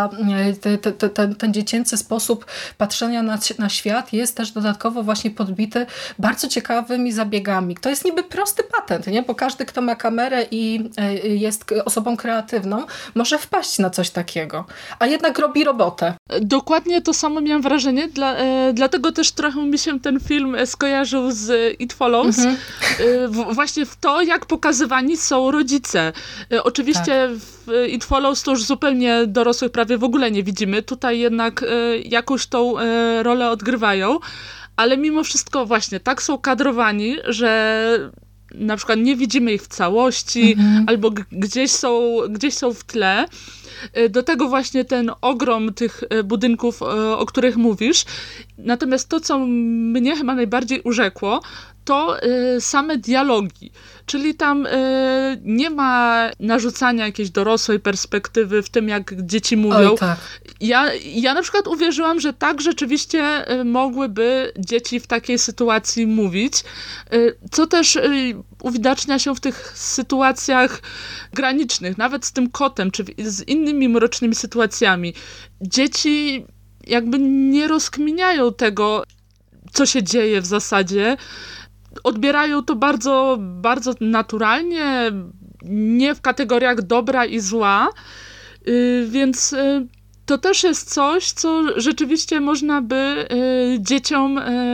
D: ten dziecięcy sposób patrzenia na świat jest też dodatkowo właśnie podbity bardzo ciekawymi zabiegami. To jest niby prosty patent, nie? Bo każdy, kto ma kamerę i jest osobą kreatywną, może wpaść na coś takiego. A jednak robi robotę.
E: Dokładnie to samo miałam wrażenie, dlatego też trochę mi się ten film skojarzył z It Follows. Właśnie w to, jak pokazywani są rodzice. Oczywiście w It Follows to już zupełnie dorosłych prawie w ogóle nie widzimy. Tutaj jednak jakąś tą rolę odgrywają, ale mimo wszystko właśnie tak są kadrowani, że na przykład nie widzimy ich w całości, albo gdzieś są w tle. Do tego właśnie ten ogrom tych budynków, o których mówisz. Natomiast to, co mnie chyba najbardziej urzekło, to same dialogi. Czyli tam nie ma narzucania jakiejś dorosłej perspektywy w tym, jak dzieci mówią.
D: Oj, tak.
E: Ja na przykład uwierzyłam, że tak rzeczywiście mogłyby dzieci w takiej sytuacji mówić, co też uwidacznia się w tych sytuacjach granicznych, nawet z tym kotem, czy z innymi mrocznymi sytuacjami. Dzieci jakby nie rozkminiają tego, co się dzieje w zasadzie. Odbierają to bardzo, bardzo naturalnie, nie w kategoriach dobra i zła, więc to też jest coś, co rzeczywiście można by dzieciom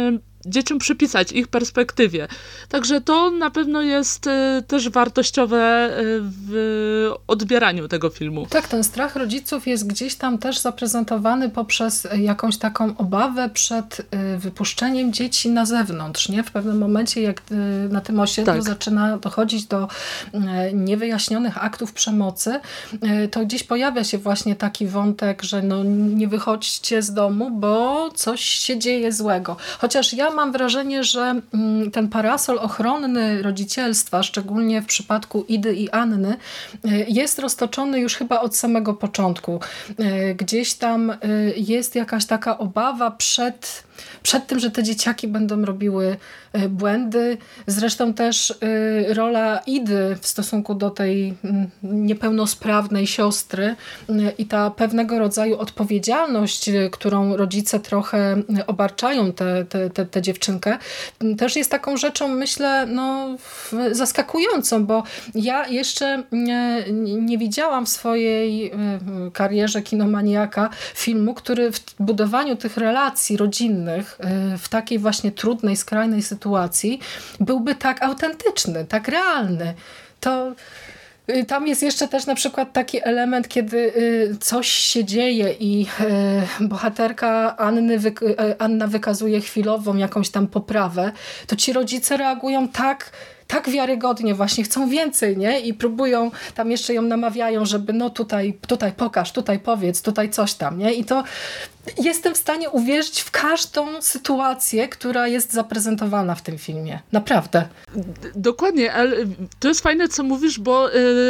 E: dzieciom przypisać, ich perspektywie. Także to na pewno jest też wartościowe w odbieraniu tego filmu.
D: Tak, ten strach rodziców jest gdzieś tam też zaprezentowany poprzez jakąś taką obawę przed wypuszczeniem dzieci na zewnątrz, nie? W pewnym momencie, jak na tym osiedlu zaczyna dochodzić do niewyjaśnionych aktów przemocy, to gdzieś pojawia się właśnie taki wątek, że no nie wychodźcie z domu, bo coś się dzieje złego. Chociaż ja mam wrażenie, że ten parasol ochronny rodzicielstwa, szczególnie w przypadku Idy i Anny, jest roztoczony już chyba od samego początku. Gdzieś tam jest jakaś taka obawa przed tym, że te dzieciaki będą robiły błędy. Zresztą też rola Idy w stosunku do tej niepełnosprawnej siostry i ta pewnego rodzaju odpowiedzialność, którą rodzice trochę obarczają tę dziewczynkę, też jest taką rzeczą, myślę, no, zaskakującą, bo ja jeszcze nie widziałam w swojej karierze kinomaniaka filmu, który w budowaniu tych relacji rodzinnych w takiej właśnie trudnej, skrajnej sytuacji byłby tak autentyczny, tak realny. To tam jest jeszcze też na przykład taki element, kiedy coś się dzieje i bohaterka Anna wykazuje chwilową jakąś tam poprawę, to ci rodzice reagują tak wiarygodnie, właśnie chcą więcej, nie? I próbują, tam jeszcze ją namawiają, żeby no tutaj pokaż, tutaj powiedz, tutaj coś tam, nie? I to jestem w stanie uwierzyć w każdą sytuację, która jest zaprezentowana w tym filmie. Naprawdę.
E: Dokładnie, ale to jest fajne, co mówisz, bo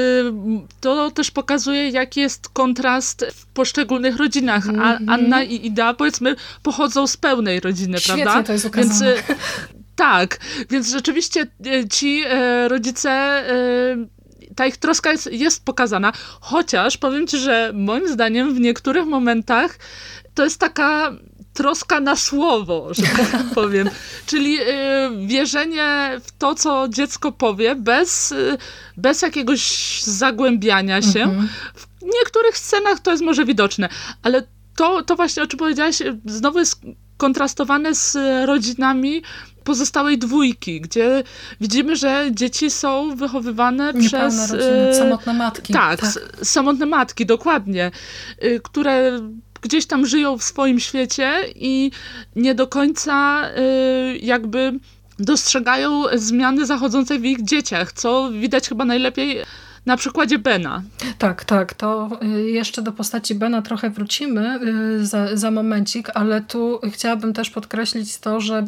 E: to też pokazuje, jaki jest kontrast w poszczególnych rodzinach. Anna i Ida, powiedzmy, pochodzą z pełnej rodziny,
D: świetnie,
E: prawda?
D: To jest ukazane.
E: Więc, tak, więc rzeczywiście ci rodzice, ta ich troska jest pokazana, chociaż powiem ci, że moim zdaniem w niektórych momentach to jest taka troska na słowo, że tak powiem. Czyli wierzenie w to, co dziecko powie, bez jakiegoś zagłębiania się. W niektórych scenach to jest może widoczne, ale to właśnie, o czym powiedziałaś, znowu jest kontrastowane z rodzinami pozostałej dwójki, gdzie widzimy, że dzieci są wychowywane przez
D: rodziny, samotne matki.
E: Tak, samotne matki, dokładnie, które gdzieś tam żyją w swoim świecie i nie do końca jakby dostrzegają zmiany zachodzące w ich dzieciach, co widać chyba najlepiej na przykładzie Bena. Tak,
D: to jeszcze do postaci Bena trochę wrócimy za momencik, ale tu chciałabym też podkreślić to, że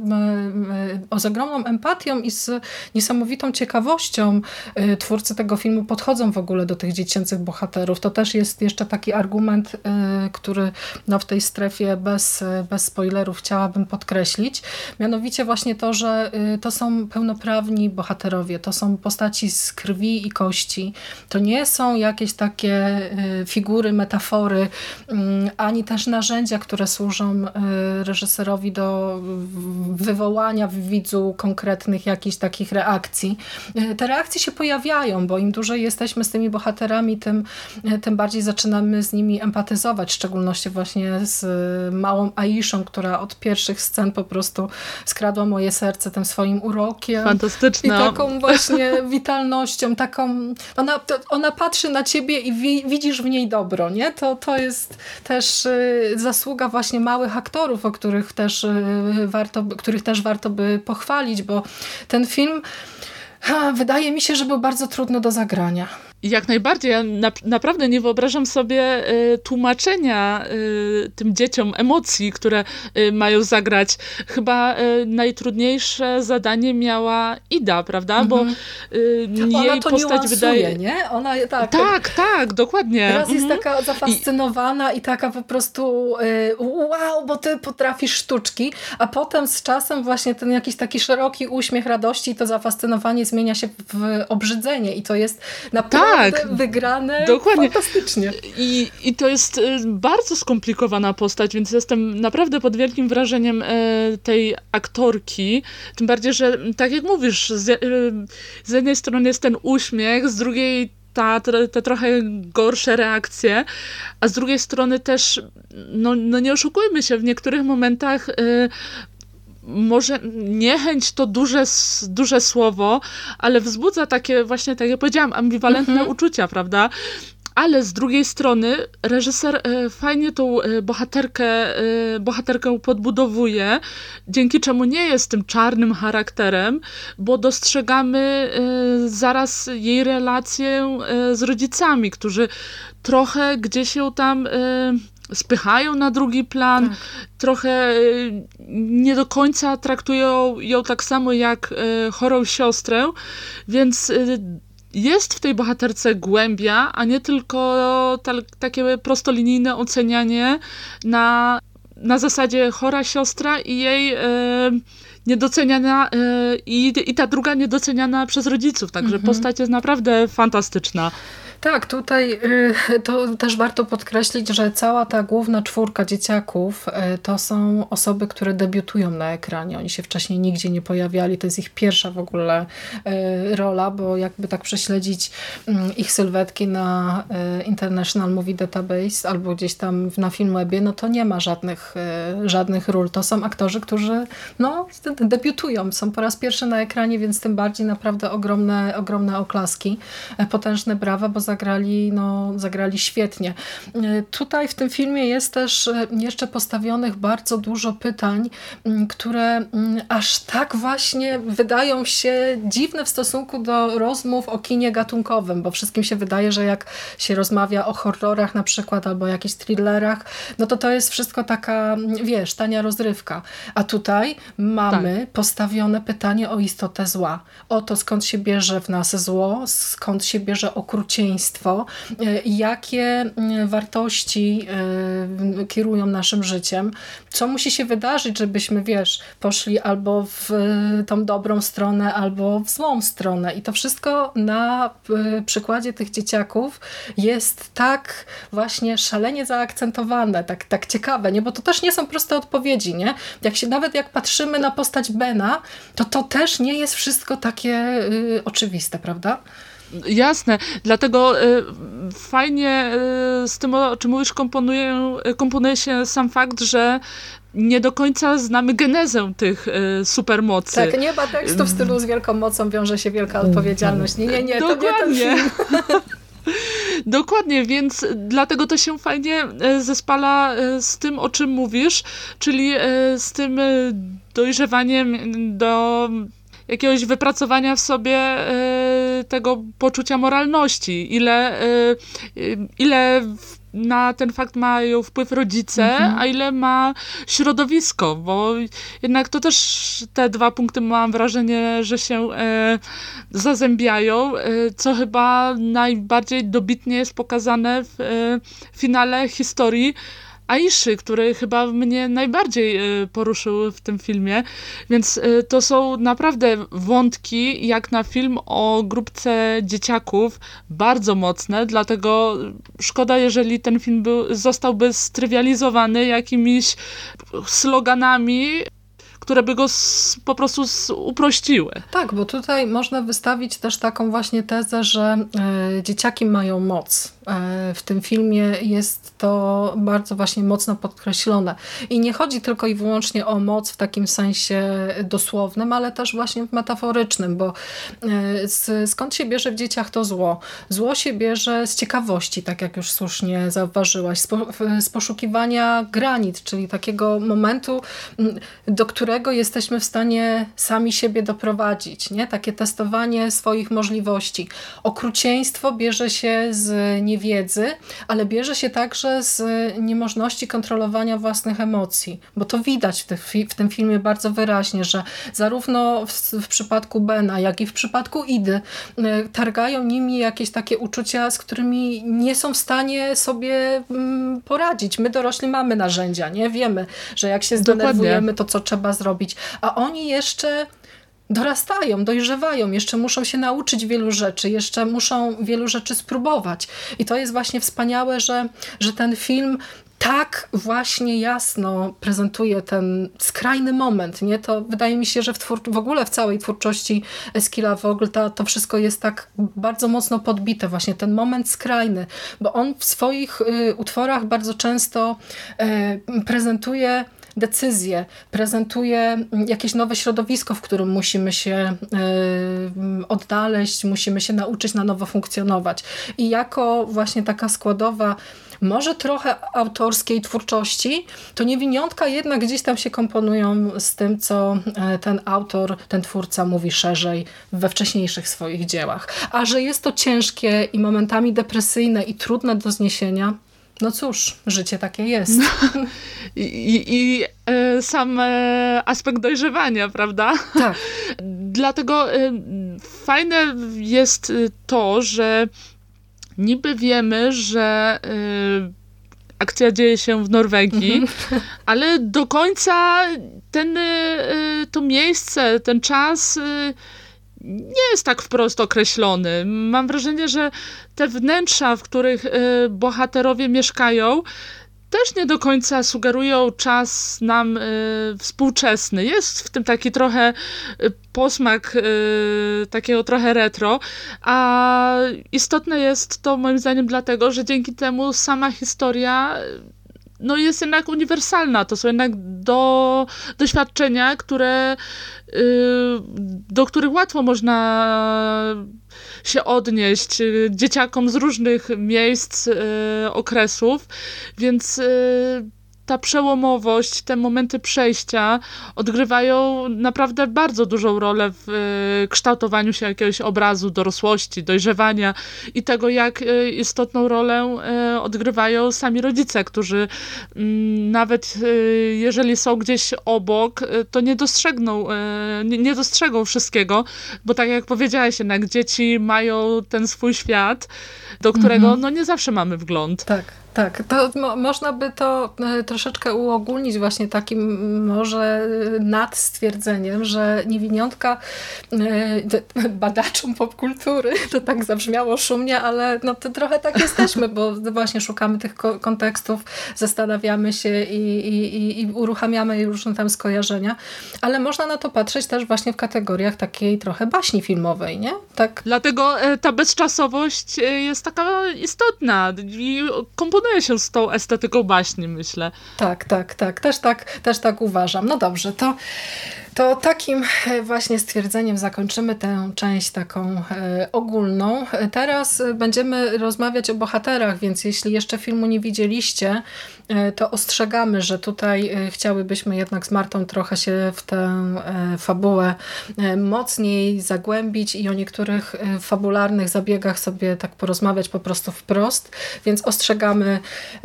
D: z ogromną empatią i z niesamowitą ciekawością twórcy tego filmu podchodzą w ogóle do tych dziecięcych bohaterów. To też jest jeszcze taki argument, który w tej strefie bez spoilerów chciałabym podkreślić. Mianowicie właśnie to, że to są pełnoprawni bohaterowie, to są postaci z krwi i kości. To nie są jakieś takie figury, metafory, ani też narzędzia, które służą reżyserowi do wywołania w widzu konkretnych jakichś takich reakcji. Te reakcje się pojawiają, bo im dłużej jesteśmy z tymi bohaterami, tym bardziej zaczynamy z nimi empatyzować, w szczególności właśnie z małą Aiszą, która od pierwszych scen po prostu skradła moje serce tym swoim urokiem.
E: Fantastyczna.
D: I taką właśnie witalnością, taką... Ona patrzy na ciebie i widzisz w niej dobro, nie? To jest też zasługa właśnie małych aktorów, których też warto by pochwalić, bo ten film wydaje mi się, że był bardzo trudny do zagrania.
E: Jak najbardziej. Ja naprawdę nie wyobrażam sobie tłumaczenia tym dzieciom emocji, które mają zagrać. Chyba najtrudniejsze zadanie miała Ida, prawda? Bo jej
D: to
E: postać wydaje...
D: nie? Ona,
E: tak, dokładnie.
D: Raz jest taka zafascynowana i taka po prostu wow, bo ty potrafisz sztuczki, a potem z czasem właśnie ten jakiś taki szeroki uśmiech radości i to zafascynowanie zmienia się w obrzydzenie i to jest naprawdę wygrane
E: dokładnie.
D: Fantastycznie.
E: I to jest bardzo skomplikowana postać, więc jestem naprawdę pod wielkim wrażeniem tej aktorki. Tym bardziej, że tak jak mówisz, z jednej strony jest ten uśmiech, z drugiej te trochę gorsze reakcje, a z drugiej strony też, no nie oszukujmy się, w niektórych momentach może niechęć to duże słowo, ale wzbudza takie właśnie, tak jak powiedziałam, ambiwalentne uczucia, prawda? Ale z drugiej strony reżyser fajnie tą bohaterkę podbudowuje, dzięki czemu nie jest tym czarnym charakterem, bo dostrzegamy zaraz jej relację z rodzicami, którzy trochę gdzieś ją tam spychają na drugi plan, trochę nie do końca traktują ją tak samo jak chorą siostrę, więc jest w tej bohaterce głębia, a nie tylko takie prostolinijne ocenianie na zasadzie chora siostra i jej niedoceniana i ta druga niedoceniana przez rodziców. Także postać jest naprawdę fantastyczna.
D: Tak, tutaj to też warto podkreślić, że cała ta główna czwórka dzieciaków to są osoby, które debiutują na ekranie. Oni się wcześniej nigdzie nie pojawiali. To jest ich pierwsza w ogóle rola, bo jakby tak prześledzić ich sylwetki na International Movie Database albo gdzieś tam na Filmwebie, no to nie ma żadnych ról. To są aktorzy, którzy debiutują, są po raz pierwszy na ekranie, więc tym bardziej naprawdę ogromne oklaski, potężne brawa, bo zagrali świetnie. Tutaj w tym filmie jest też jeszcze postawionych bardzo dużo pytań, które aż tak właśnie wydają się dziwne w stosunku do rozmów o kinie gatunkowym, bo wszystkim się wydaje, że jak się rozmawia o horrorach na przykład albo jakichś thrillerach, no to jest wszystko taka, tania rozrywka. A tutaj mamy postawione pytanie o istotę zła. O to, skąd się bierze w nas zło, skąd się bierze okrucieństwo, jakie wartości kierują naszym życiem, co musi się wydarzyć, żebyśmy, poszli albo w tą dobrą stronę, albo w złą stronę. I to wszystko na przykładzie tych dzieciaków jest tak właśnie szalenie zaakcentowane, tak ciekawe, nie? Bo to też nie są proste odpowiedzi, nie? Nawet jak patrzymy na postać Bena, to też nie jest wszystko takie oczywiste, prawda?
E: Jasne, dlatego fajnie z tym, o czym mówisz, komponuje się sam fakt, że nie do końca znamy genezę tych supermocy.
D: Tak, nie ma tekstu w stylu z wielką mocą wiąże się wielka odpowiedzialność. Nie, to
E: dokładnie.
D: nie ten film.
E: Dokładnie, więc dlatego to się fajnie zespala z tym, o czym mówisz, czyli z tym dojrzewaniem do jakiegoś wypracowania w sobie tego poczucia moralności. Ile na ten fakt mają wpływ rodzice, a ile ma środowisko, bo jednak to też te dwa punkty, mam wrażenie, że się zazębiają, co chyba najbardziej dobitnie jest pokazane w finale historii Aiszy, który chyba mnie najbardziej poruszył w tym filmie, więc to są naprawdę wątki, jak na film o grupce dzieciaków, bardzo mocne, dlatego szkoda, jeżeli ten film zostałby strywializowany jakimiś sloganami, które by go po prostu uprościły.
D: Tak, bo tutaj można wystawić też taką właśnie tezę, że dzieciaki mają moc. W tym filmie jest to bardzo właśnie mocno podkreślone. I nie chodzi tylko i wyłącznie o moc w takim sensie dosłownym, ale też właśnie metaforycznym, bo skąd się bierze w dzieciach to zło? Zło się bierze z ciekawości, tak jak już słusznie zauważyłaś, z poszukiwania granic, czyli takiego momentu, do którego jesteśmy w stanie sami siebie doprowadzić, nie? Takie testowanie swoich możliwości. Okrucieństwo bierze się z niewiedzy, ale bierze się także z niemożności kontrolowania własnych emocji, bo to widać w tym filmie bardzo wyraźnie, że zarówno w przypadku Bena, jak i w przypadku Idy targają nimi jakieś takie uczucia, z którymi nie są w stanie sobie poradzić. My dorośli mamy narzędzia, nie? Wiemy, że jak się zdenerwujemy, to co trzeba zrobić, a oni jeszcze dorastają, dojrzewają, jeszcze muszą się nauczyć wielu rzeczy, jeszcze muszą wielu rzeczy spróbować. I to jest właśnie wspaniałe, że ten film tak właśnie jasno prezentuje ten skrajny moment, nie? To wydaje mi się, że w ogóle w całej twórczości Eskila Vogelta to wszystko jest tak bardzo mocno podbite, właśnie ten moment skrajny, bo on w swoich utworach bardzo często prezentuje decyzje, prezentuje jakieś nowe środowisko, w którym musimy się odnaleźć, musimy się nauczyć na nowo funkcjonować. I jako właśnie taka składowa może trochę autorskiej twórczości, to niewiniątka jednak gdzieś tam się komponują z tym, co ten autor, ten twórca mówi szerzej we wcześniejszych swoich dziełach. A że jest to ciężkie i momentami depresyjne i trudne do zniesienia, no cóż, życie takie jest.
E: I sam aspekt dojrzewania, prawda?
D: Tak.
E: Dlatego fajne jest to, że niby wiemy, że akcja dzieje się w Norwegii, ale do końca to miejsce, ten czas nie jest tak wprost określony. Mam wrażenie, że te wnętrza, w których bohaterowie mieszkają, też nie do końca sugerują czas nam współczesny. Jest w tym taki trochę posmak takiego trochę retro, a istotne jest to moim zdaniem dlatego, że dzięki temu sama historia jest jednak uniwersalna. To są jednak doświadczenia, do których łatwo można się odnieść dzieciakom z różnych miejsc, okresów, więc ta przełomowość, te momenty przejścia odgrywają naprawdę bardzo dużą rolę w kształtowaniu się jakiegoś obrazu dorosłości, dojrzewania i tego, jak istotną rolę odgrywają sami rodzice, którzy nawet jeżeli są gdzieś obok, to nie dostrzegą wszystkiego, bo tak jak powiedziałaś, jednak dzieci mają ten swój świat, do którego nie zawsze mamy wgląd.
D: Tak, to można by to troszeczkę uogólnić właśnie takim może nad stwierdzeniem, że niewiniątka badaczom popkultury, to tak zabrzmiało szumnie, ale to trochę tak jesteśmy, bo właśnie szukamy tych kontekstów, zastanawiamy się i uruchamiamy różne tam skojarzenia, ale można na to patrzeć też właśnie w kategoriach takiej trochę baśni filmowej, nie? Tak.
E: Dlatego ta bezczasowość jest taka istotna i komponuje się z tą estetyką baśni, myślę.
D: Tak. Też tak uważam. No dobrze, to takim właśnie stwierdzeniem zakończymy tę część taką ogólną. Teraz będziemy rozmawiać o bohaterach, więc jeśli jeszcze filmu nie widzieliście, to ostrzegamy, że tutaj chciałybyśmy jednak z Martą trochę się w tę fabułę mocniej zagłębić i o niektórych fabularnych zabiegach sobie tak porozmawiać po prostu wprost, więc ostrzegamy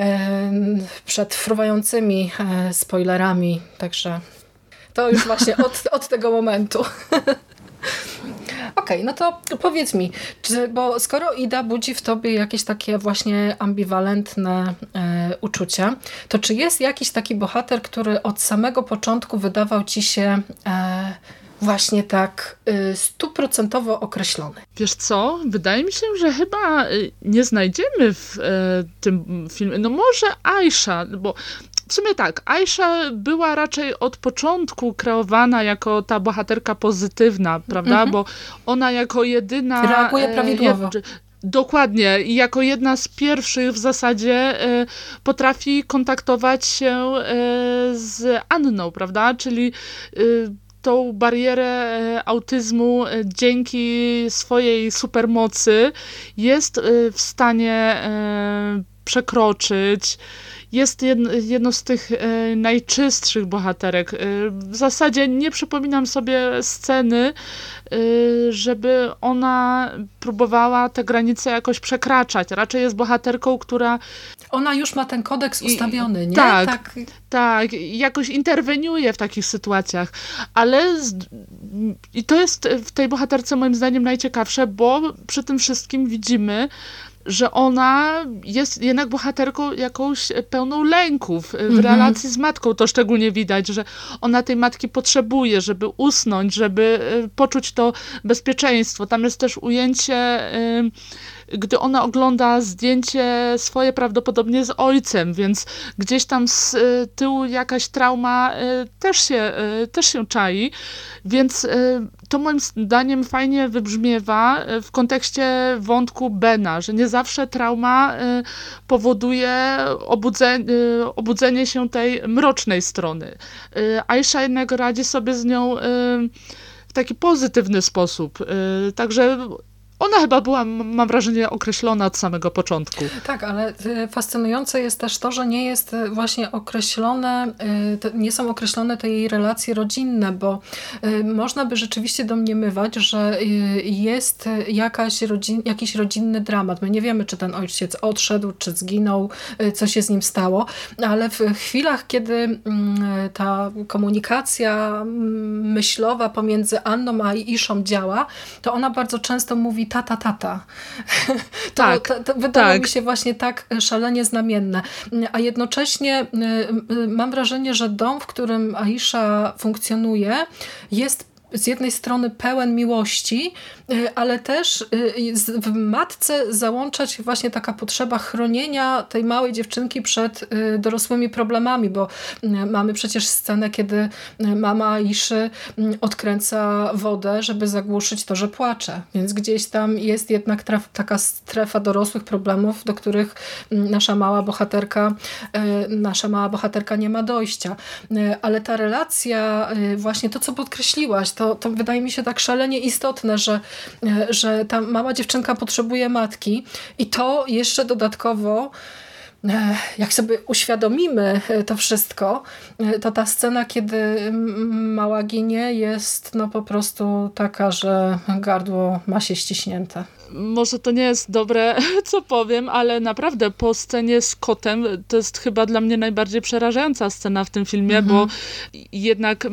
D: przed fruwającymi spoilerami, także to już właśnie od tego momentu. Okej, no to powiedz mi, bo skoro Ida budzi w tobie jakieś takie właśnie ambiwalentne uczucia, to czy jest jakiś taki bohater, który od samego początku wydawał ci się właśnie tak 100% określony?
E: Wiesz co? Wydaje mi się, że chyba nie znajdziemy w tym filmie. No może Aisha, bo w sumie tak, Aisha była raczej od początku kreowana jako ta bohaterka pozytywna, prawda? Bo ona jako jedyna...
D: Reaguje prawidłowo.
E: Dokładnie. I jako jedna z pierwszych w zasadzie potrafi kontaktować się z Anną, prawda? Czyli tą barierę autyzmu dzięki swojej supermocy jest w stanie przekroczyć. Jest jedną z tych najczystszych bohaterek. W zasadzie nie przypominam sobie sceny, żeby ona próbowała te granice jakoś przekraczać. Raczej jest bohaterką, która...
D: Ona już ma ten kodeks ustawiony, nie?
E: Tak. Jakoś interweniuje w takich sytuacjach. Ale i to jest w tej bohaterce moim zdaniem najciekawsze, bo przy tym wszystkim widzimy, że ona jest jednak bohaterką jakąś pełną lęków. W relacji z matką to szczególnie widać, że ona tej matki potrzebuje, żeby usnąć, żeby poczuć to bezpieczeństwo. Tam jest też ujęcie gdy ona ogląda zdjęcie swoje prawdopodobnie z ojcem, więc gdzieś tam z tyłu jakaś trauma też się czai, więc to moim zdaniem fajnie wybrzmiewa w kontekście wątku Bena, że nie zawsze trauma powoduje obudzenie się tej mrocznej strony. Aisha jednak radzi sobie z nią w taki pozytywny sposób. Także ona chyba była, mam wrażenie, określona od samego początku.
D: Tak, ale fascynujące jest też to, że nie jest właśnie określone, nie są określone te jej relacje rodzinne, bo można by rzeczywiście domniemywać, że jest jakiś rodzinny dramat. My nie wiemy, czy ten ojciec odszedł, czy zginął, co się z nim stało, ale w chwilach, kiedy ta komunikacja myślowa pomiędzy Anną a Aiszą działa, to ona bardzo często mówi tata. To wydało mi się właśnie tak szalenie znamienne. A jednocześnie mam wrażenie, że dom, w którym Aisha funkcjonuje, jest z jednej strony pełen miłości, ale też w matce załącza się właśnie taka potrzeba chronienia tej małej dziewczynki przed dorosłymi problemami, bo mamy przecież scenę, kiedy mama Aiszy odkręca wodę, żeby zagłuszyć to, że płacze. Więc gdzieś tam jest jednak taka strefa dorosłych problemów, do których nasza mała bohaterka nie ma dojścia. Ale ta relacja, właśnie to, co podkreśliłaś, to wydaje mi się tak szalenie istotne, że ta mała dziewczynka potrzebuje matki i to jeszcze dodatkowo, jak sobie uświadomimy to wszystko, to ta scena, kiedy mała ginie, jest po prostu taka, że gardło ma się ściśnięte.
E: Może to nie jest dobre, co powiem, ale naprawdę po scenie z kotem to jest chyba dla mnie najbardziej przerażająca scena w tym filmie, bo jednak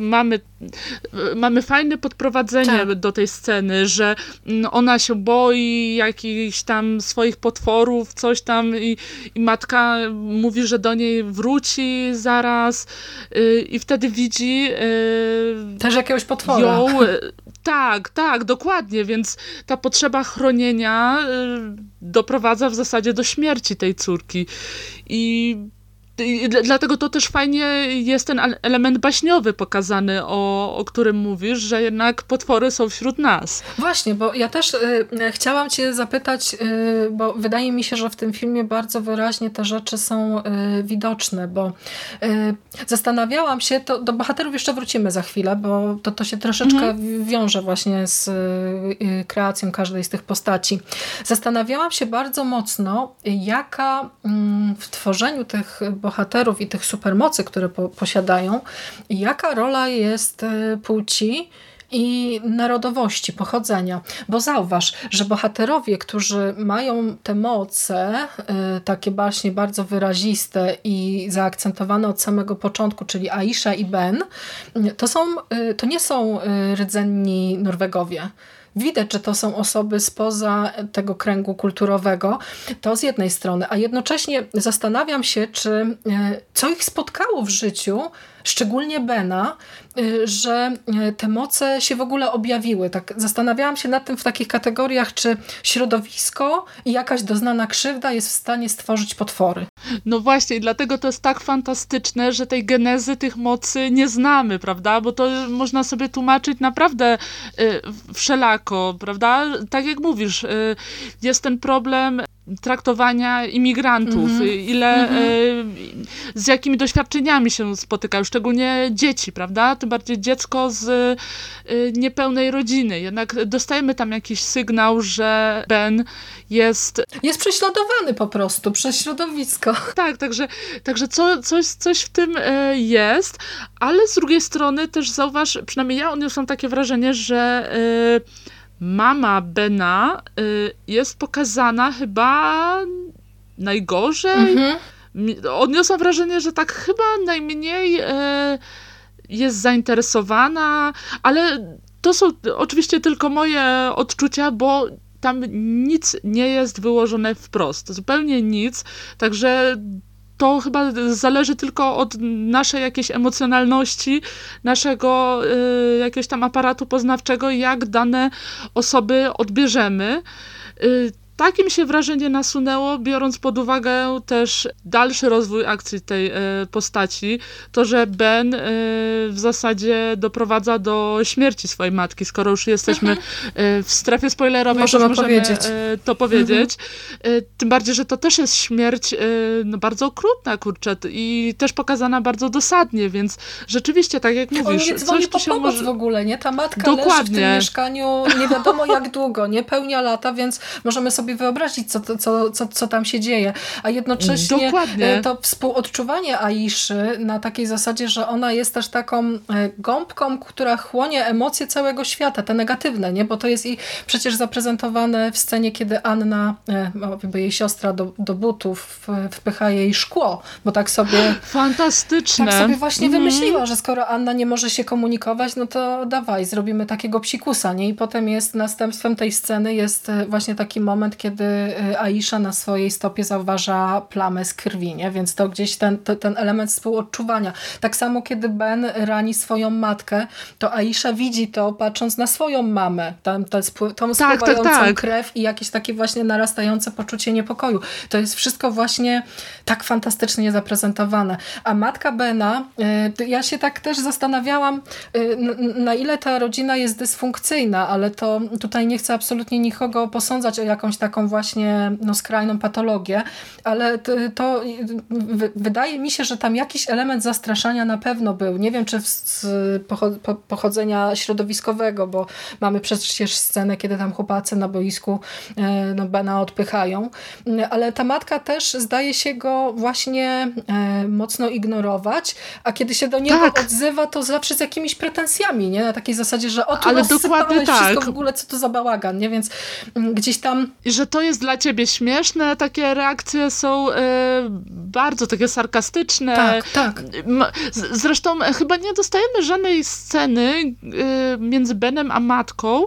E: mamy fajne podprowadzenie do tej sceny, że ona się boi jakichś tam swoich potworów, coś tam i matka mówi, że do niej wróci zaraz i wtedy widzi
D: też jakiegoś potwora.
E: Ją, tak, dokładnie, więc ta potrzeba chronienia doprowadza w zasadzie do śmierci tej córki. I dlatego to też fajnie jest ten element baśniowy pokazany, o którym mówisz, że jednak potwory są wśród nas.
D: Właśnie, bo ja też chciałam cię zapytać, bo wydaje mi się, że w tym filmie bardzo wyraźnie te rzeczy są widoczne, bo zastanawiałam się, do bohaterów jeszcze wrócimy za chwilę, bo to się troszeczkę wiąże właśnie z kreacją każdej z tych postaci. Zastanawiałam się bardzo mocno, jaka w tworzeniu tych bohaterów i tych supermocy, które posiadają, jaka rola jest płci i narodowości, pochodzenia. Bo zauważ, że bohaterowie, którzy mają te moce, takie właśnie bardzo wyraziste i zaakcentowane od samego początku, czyli Aisha i Ben, to nie są rdzenni Norwegowie. Widać, że to są osoby spoza tego kręgu kulturowego. To z jednej strony. A jednocześnie zastanawiam się, co ich spotkało w życiu, szczególnie Bena, że te moce się w ogóle objawiły. Tak zastanawiałam się nad tym w takich kategoriach, czy środowisko i jakaś doznana krzywda jest w stanie stworzyć potwory.
E: No właśnie, i dlatego to jest tak fantastyczne, że tej genezy tych mocy nie znamy, prawda? Bo to można sobie tłumaczyć naprawdę wszelako, prawda? Tak jak mówisz, jest ten problem traktowania imigrantów, z jakimi doświadczeniami się spotykają, szczególnie dzieci, prawda? Tym bardziej dziecko z niepełnej rodziny. Jednak dostajemy tam jakiś sygnał, że Ben jest
D: prześladowany po prostu przez środowisko.
E: Tak, także coś w tym jest, ale z drugiej strony też zauważ, przynajmniej ja odniosłam takie wrażenie, że mama Bena jest pokazana chyba najgorzej. Odniosłam wrażenie, że tak chyba najmniej jest zainteresowana, ale to są oczywiście tylko moje odczucia, bo tam nic nie jest wyłożone wprost. Zupełnie nic. Także to chyba zależy tylko od naszej jakiejś emocjonalności, naszego jakiegoś tam aparatu poznawczego, jak dane osoby odbierzemy. takie mi się wrażenie nasunęło, biorąc pod uwagę też dalszy rozwój akcji tej postaci, to, że Ben w zasadzie doprowadza do śmierci swojej matki, skoro już jesteśmy w strefie spoilerowej, możemy to powiedzieć. Tym bardziej, że to też jest śmierć bardzo okrutna, kurczę, i też pokazana bardzo dosadnie, więc rzeczywiście, tak jak mówisz,
D: on nie dzwoni po pomoc w ogóle, nie? Ta matka leży w tym mieszkaniu nie wiadomo jak długo, nie? Pełnia lata, więc możemy sobie wyobrazić, co tam się dzieje. A jednocześnie to współodczuwanie Aiszy na takiej zasadzie, że ona jest też taką gąbką, która chłonie emocje całego świata, te negatywne, nie? Bo to jest i przecież zaprezentowane w scenie, kiedy Anna, jej siostra do butów wpycha jej szkło, bo tak sobie...
E: Fantastyczne.
D: Tak sobie właśnie wymyśliła, że skoro Anna nie może się komunikować, no to dawaj, zrobimy takiego psikusa, nie? I potem jest następstwem tej sceny jest właśnie taki moment, kiedy Aisza na swojej stopie zauważa plamę z krwi, nie? Więc to gdzieś ten element współodczuwania. Tak samo, kiedy Ben rani swoją matkę, to Aisza widzi to, patrząc na swoją mamę, tą spływającą krew i jakieś takie właśnie narastające poczucie niepokoju. To jest wszystko właśnie tak fantastycznie zaprezentowane. A matka Bena, ja się tak też zastanawiałam, na ile ta rodzina jest dysfunkcyjna, ale to tutaj nie chcę absolutnie nikogo posądzać o jakąś taką właśnie skrajną patologię, ale to wydaje mi się, że tam jakiś element zastraszania na pewno był. Nie wiem, czy z pochodzenia środowiskowego, bo mamy przecież scenę, kiedy tam chłopacy na boisku Bena odpychają, ale ta matka też zdaje się go właśnie mocno ignorować, a kiedy się do niego odzywa, to zawsze z jakimiś pretensjami, nie? Na takiej zasadzie, że tu rozsypałeś wszystko w ogóle, co to za bałagan, nie? Więc gdzieś tam...
E: I że to jest dla ciebie śmieszne, takie reakcje są bardzo takie sarkastyczne.
D: Tak.
E: Zresztą chyba nie dostajemy żadnej sceny między Benem a matką,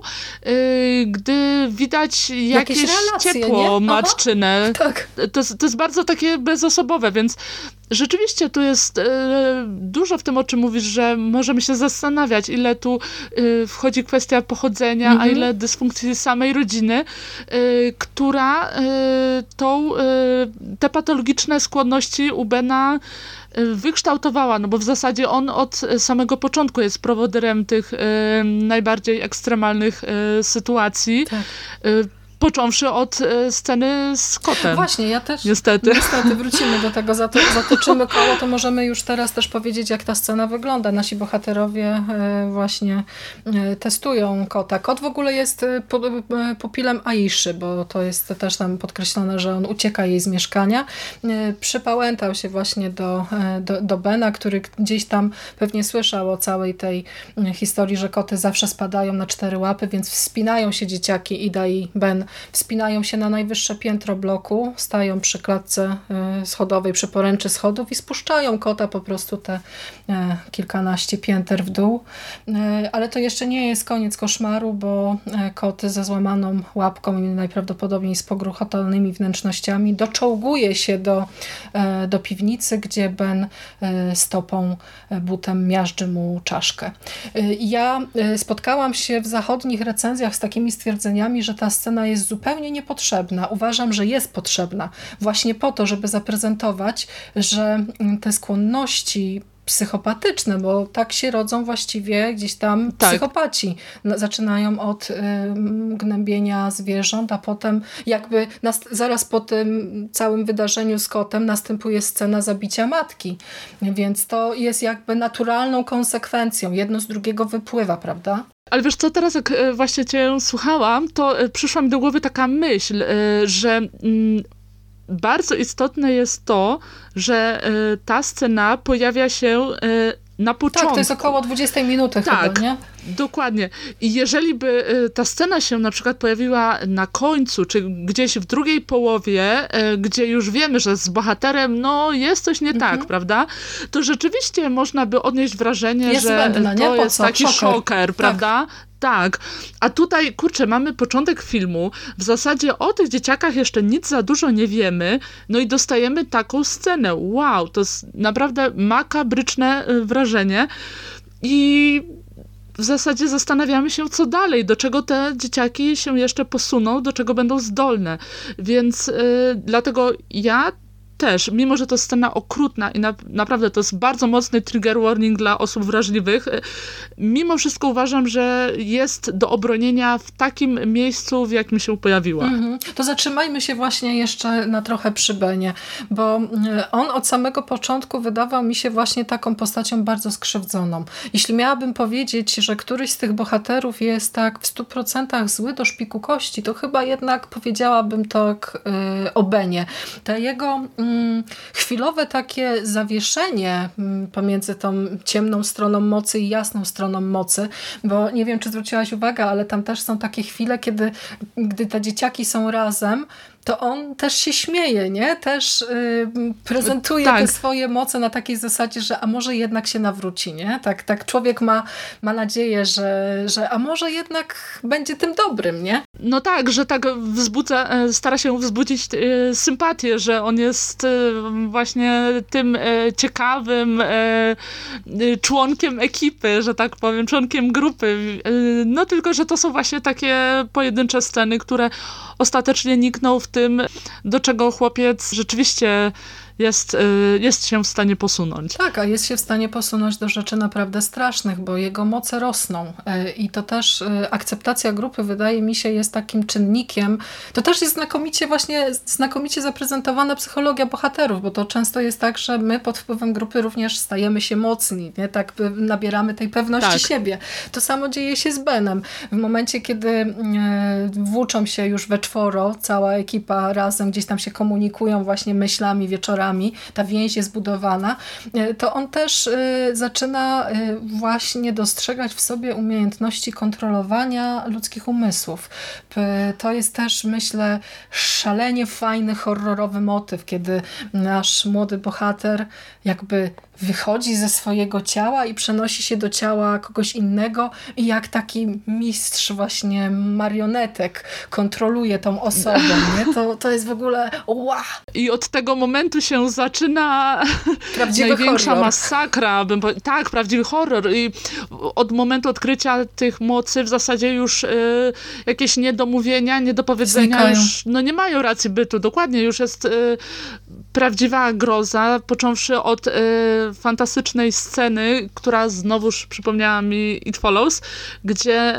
E: gdy widać jakieś relacje, ciepło matczyne.
D: Tak.
E: To jest bardzo takie bezosobowe, więc rzeczywiście tu jest dużo w tym, o czym mówisz, że możemy się zastanawiać, ile tu wchodzi kwestia pochodzenia, a ile dysfunkcji samej rodziny, która te patologiczne skłonności u Bena wykształtowała, no bo w zasadzie on od samego początku jest prowodyrem tych najbardziej ekstremalnych sytuacji. Tak. Począwszy od sceny z kotem.
D: Właśnie, ja też.
E: Niestety
D: wrócimy do tego, zatoczymy koło, to możemy już teraz też powiedzieć, jak ta scena wygląda. Nasi bohaterowie właśnie testują kota. Kot w ogóle jest pupilem Aiszy, bo to jest też tam podkreślone, że on ucieka jej z mieszkania. Przypałętał się właśnie do Bena, który gdzieś tam pewnie słyszał o całej tej historii, że koty zawsze spadają na 4 łapy, więc wspinają się dzieciaki, Ida i Ben, wspinają się na najwyższe piętro bloku, stają przy klatce schodowej, przy poręczy schodów i spuszczają kota po prostu te kilkanaście pięter w dół. Ale to jeszcze nie jest koniec koszmaru, bo kot ze złamaną łapką i najprawdopodobniej z pogruchotanymi wnętrznościami doczołguje się do piwnicy, gdzie Ben stopą, butem miażdży mu czaszkę. Ja spotkałam się w zachodnich recenzjach z takimi stwierdzeniami, że ta scena jest zupełnie niepotrzebna. Uważam, że jest potrzebna właśnie po to, żeby zaprezentować, że te skłonności psychopatyczne, bo tak się rodzą właściwie gdzieś tam psychopaci. Zaczynają od gnębienia zwierząt, a potem jakby zaraz po tym całym wydarzeniu z kotem następuje scena zabicia matki. Więc to jest jakby naturalną konsekwencją. Jedno z drugiego wypływa, prawda?
E: Ale wiesz co, teraz jak właśnie cię słuchałam, to przyszła mi do głowy taka myśl, że bardzo istotne jest to, że ta scena pojawia się na początku.
D: Tak, to jest około 20 minuty chyba, nie?
E: Dokładnie. I jeżeli by ta scena się na przykład pojawiła na końcu, czy gdzieś w drugiej połowie, gdzie już wiemy, że z bohaterem jest coś nie tak, prawda? To rzeczywiście można by odnieść wrażenie, że
D: zbędna,
E: to jest taki szoker, prawda? Tak. A tutaj, kurczę, mamy początek filmu. W zasadzie o tych dzieciakach jeszcze nic za dużo nie wiemy. No i dostajemy taką scenę. Wow, to jest naprawdę makabryczne wrażenie. I w zasadzie zastanawiamy się, co dalej, do czego te dzieciaki się jeszcze posuną, do czego będą zdolne. Więc dlatego ja też, mimo że to jest scena okrutna i naprawdę to jest bardzo mocny trigger warning dla osób wrażliwych, mimo wszystko uważam, że jest do obronienia w takim miejscu, w jakim się pojawiła.
D: To zatrzymajmy się właśnie jeszcze na trochę przy Benie, bo on od samego początku wydawał mi się właśnie taką postacią bardzo skrzywdzoną. Jeśli miałabym powiedzieć, że któryś z tych bohaterów jest tak w 100% zły do szpiku kości, to chyba jednak powiedziałabym tak o Benie. Te jego chwilowe takie zawieszenie pomiędzy tą ciemną stroną mocy i jasną stroną mocy, bo nie wiem, czy zwróciłaś uwagę, ale tam też są takie chwile, gdy te dzieciaki są razem, to on też się śmieje, nie? Też prezentuje te swoje moce na takiej zasadzie, że a może jednak się nawróci, nie? Tak człowiek ma nadzieję, że a może jednak będzie tym dobrym, nie?
E: No tak, że tak stara się wzbudzić sympatię, że on jest właśnie tym ciekawym członkiem ekipy, że tak powiem, członkiem grupy. No tylko, że to są właśnie takie pojedyncze sceny, które ostatecznie nikną w tym, do czego chłopiec rzeczywiście jest się w stanie posunąć.
D: Tak, a jest się w stanie posunąć do rzeczy naprawdę strasznych, bo jego moce rosną i to też akceptacja grupy, wydaje mi się, jest takim czynnikiem. To też jest znakomicie zaprezentowana psychologia bohaterów, bo to często jest tak, że my pod wpływem grupy również stajemy się mocni, nie? Tak nabieramy tej pewności siebie. To samo dzieje się z Benem. W momencie, kiedy włóczą się już we czworo, cała ekipa razem gdzieś tam się komunikują właśnie myślami, wieczorami, ta więź jest budowana, to on też zaczyna właśnie dostrzegać w sobie umiejętności kontrolowania ludzkich umysłów. To jest też, myślę, szalenie fajny, horrorowy motyw, kiedy nasz młody bohater jakby wychodzi ze swojego ciała i przenosi się do ciała kogoś innego i jak taki mistrz właśnie marionetek kontroluje tą osobę, nie? To jest w ogóle wow.
E: I od tego momentu się zaczyna największa
D: horror.
E: masakra. Tak, prawdziwy horror. I od momentu odkrycia tych mocy w zasadzie już jakieś niedomówienia, niedopowiedzenia
D: znikają.
E: Już nie mają racji bytu. Dokładnie, już jest prawdziwa groza, począwszy od fantastycznej sceny, która znowuż przypomniała mi It Follows, gdzie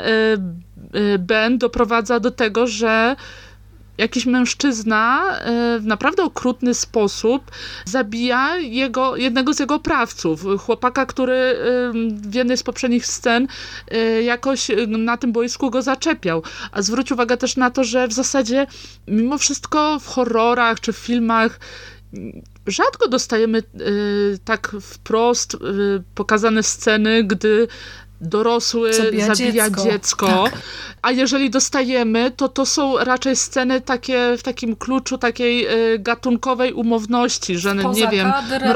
E: Ben doprowadza do tego, że jakiś mężczyzna w naprawdę okrutny sposób zabija jednego z jego oprawców. Chłopaka, który w jednej z poprzednich scen jakoś na tym boisku go zaczepiał. A zwróć uwagę też na to, że w zasadzie mimo wszystko w horrorach czy w filmach rzadko dostajemy tak wprost pokazane sceny, gdy dorosły zabija dziecko. Tak. A jeżeli dostajemy, to są raczej sceny takie w takim kluczu takiej gatunkowej umowności, że nie wiem,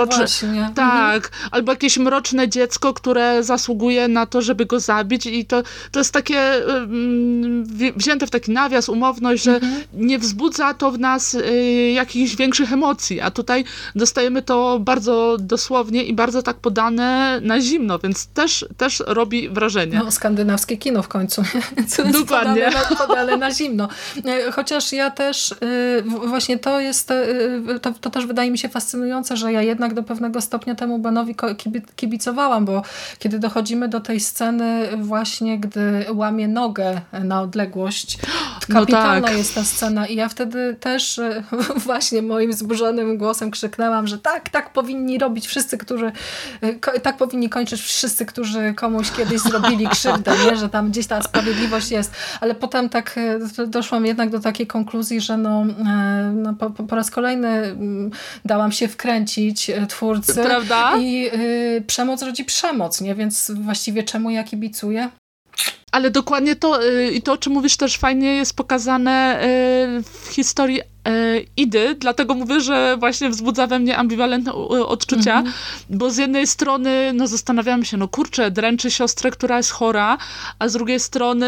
E: tak, albo jakieś mroczne dziecko, które zasługuje na to, żeby go zabić i to jest takie wzięte w taki nawias, umowność, że nie wzbudza to w nas jakichś większych emocji, a tutaj dostajemy to bardzo dosłownie i bardzo tak podane na zimno, więc też robi wrażenie.
D: No, skandynawskie kino w końcu.
E: Dokładnie.
D: Podane na zimno. Chociaż ja też właśnie to też wydaje mi się fascynujące, że ja jednak do pewnego stopnia temu Benowi kibicowałam, bo kiedy dochodzimy do tej sceny właśnie, gdy łamie nogę na odległość, kapitalna jest ta scena i ja wtedy też właśnie moim wzburzonym głosem krzyknęłam, że tak powinni robić wszyscy, tak powinni kończyć wszyscy, którzy komuś kiedyś zrobili krzywdę, nie? Że tam gdzieś ta sprawiedliwość jest. Ale potem tak doszłam jednak do takiej konkluzji, że po raz kolejny dałam się wkręcić twórcy.
E: Prawda?
D: I przemoc rodzi przemoc, nie? Więc właściwie czemu ja kibicuję?
E: Ale dokładnie to, o czym mówisz, też fajnie jest pokazane w historii Idy, dlatego mówię, że właśnie wzbudza we mnie ambiwalentne odczucia, bo z jednej strony zastanawiamy się, kurczę, dręczy siostrę, która jest chora, a z drugiej strony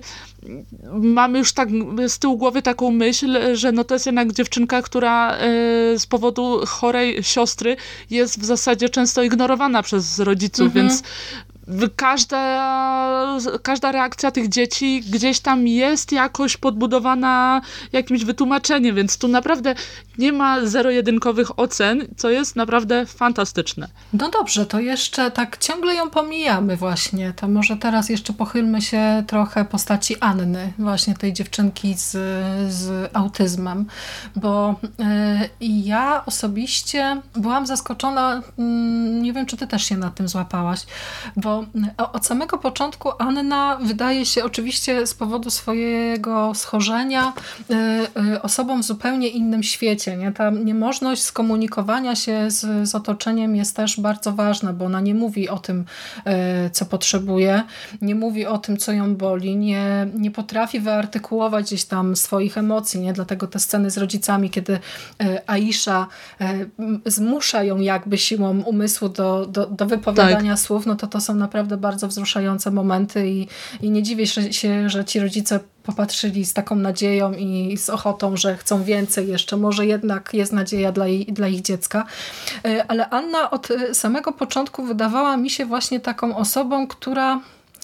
E: mamy już tak z tyłu głowy taką myśl, że to jest jednak dziewczynka, która z powodu chorej siostry jest w zasadzie często ignorowana przez rodziców, więc każda reakcja tych dzieci gdzieś tam jest jakoś podbudowana jakimś wytłumaczeniem, więc tu naprawdę nie ma zero-jedynkowych ocen, co jest naprawdę fantastyczne.
D: No dobrze, to jeszcze tak ciągle ją pomijamy właśnie. To może teraz jeszcze pochylmy się trochę postaci Anny, właśnie tej dziewczynki z autyzmem, bo ja osobiście byłam zaskoczona, nie wiem, czy ty też się nad tym złapałaś, bo od samego początku Anna wydaje się oczywiście z powodu swojego schorzenia osobą w zupełnie innym świecie. Nie? Ta niemożność skomunikowania się z otoczeniem jest też bardzo ważna, bo ona nie mówi o tym, co potrzebuje, nie mówi o tym, co ją boli, nie potrafi wyartykułować gdzieś tam swoich emocji. Nie? Dlatego te sceny z rodzicami, kiedy Aisza zmusza ją jakby siłą umysłu do wypowiadania słów, no to są naprawdę bardzo wzruszające momenty i nie dziwię się, że ci rodzice popatrzyli z taką nadzieją i z ochotą, że chcą więcej jeszcze. Może jednak jest nadzieja dla ich dziecka. Ale Anna od samego początku wydawała mi się właśnie taką osobą, która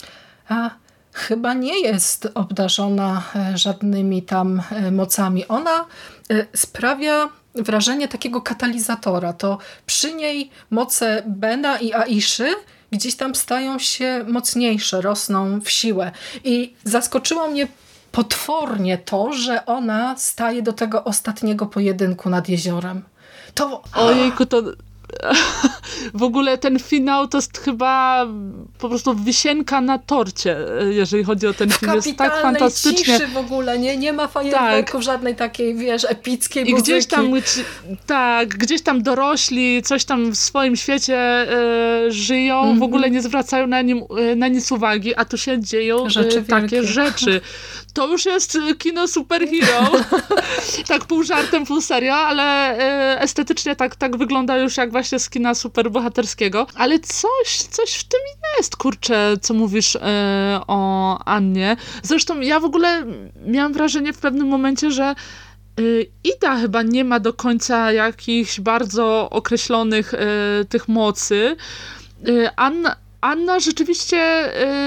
D: chyba nie jest obdarzona żadnymi tam mocami. Ona sprawia wrażenie takiego katalizatora. To przy niej moce Bena i Aiszy gdzieś tam stają się mocniejsze, rosną w siłę. I zaskoczyło mnie potwornie to, że ona staje do tego ostatniego pojedynku nad jeziorem.
E: Ojejku, to w ogóle ten finał to jest chyba po prostu wisienka na torcie, jeżeli chodzi o ten film. Jest tak fantastycznie.
D: Ciszy w ogóle, nie ma fajerwerków żadnej takiej, wiesz, epickiej muzyki.
E: Gdzieś tam dorośli coś tam w swoim świecie żyją, w ogóle nie zwracają na nic uwagi, a tu się dzieją takie rzeczy. To już jest kino superhero. Tak pół żartem, pół serio, ale estetycznie tak wygląda już jak właśnie z kina superbohaterskiego. Ale coś w tym jest, kurczę, co mówisz o Annie. Zresztą ja w ogóle miałam wrażenie w pewnym momencie, że Ida chyba nie ma do końca jakichś bardzo określonych tych mocy. Anna rzeczywiście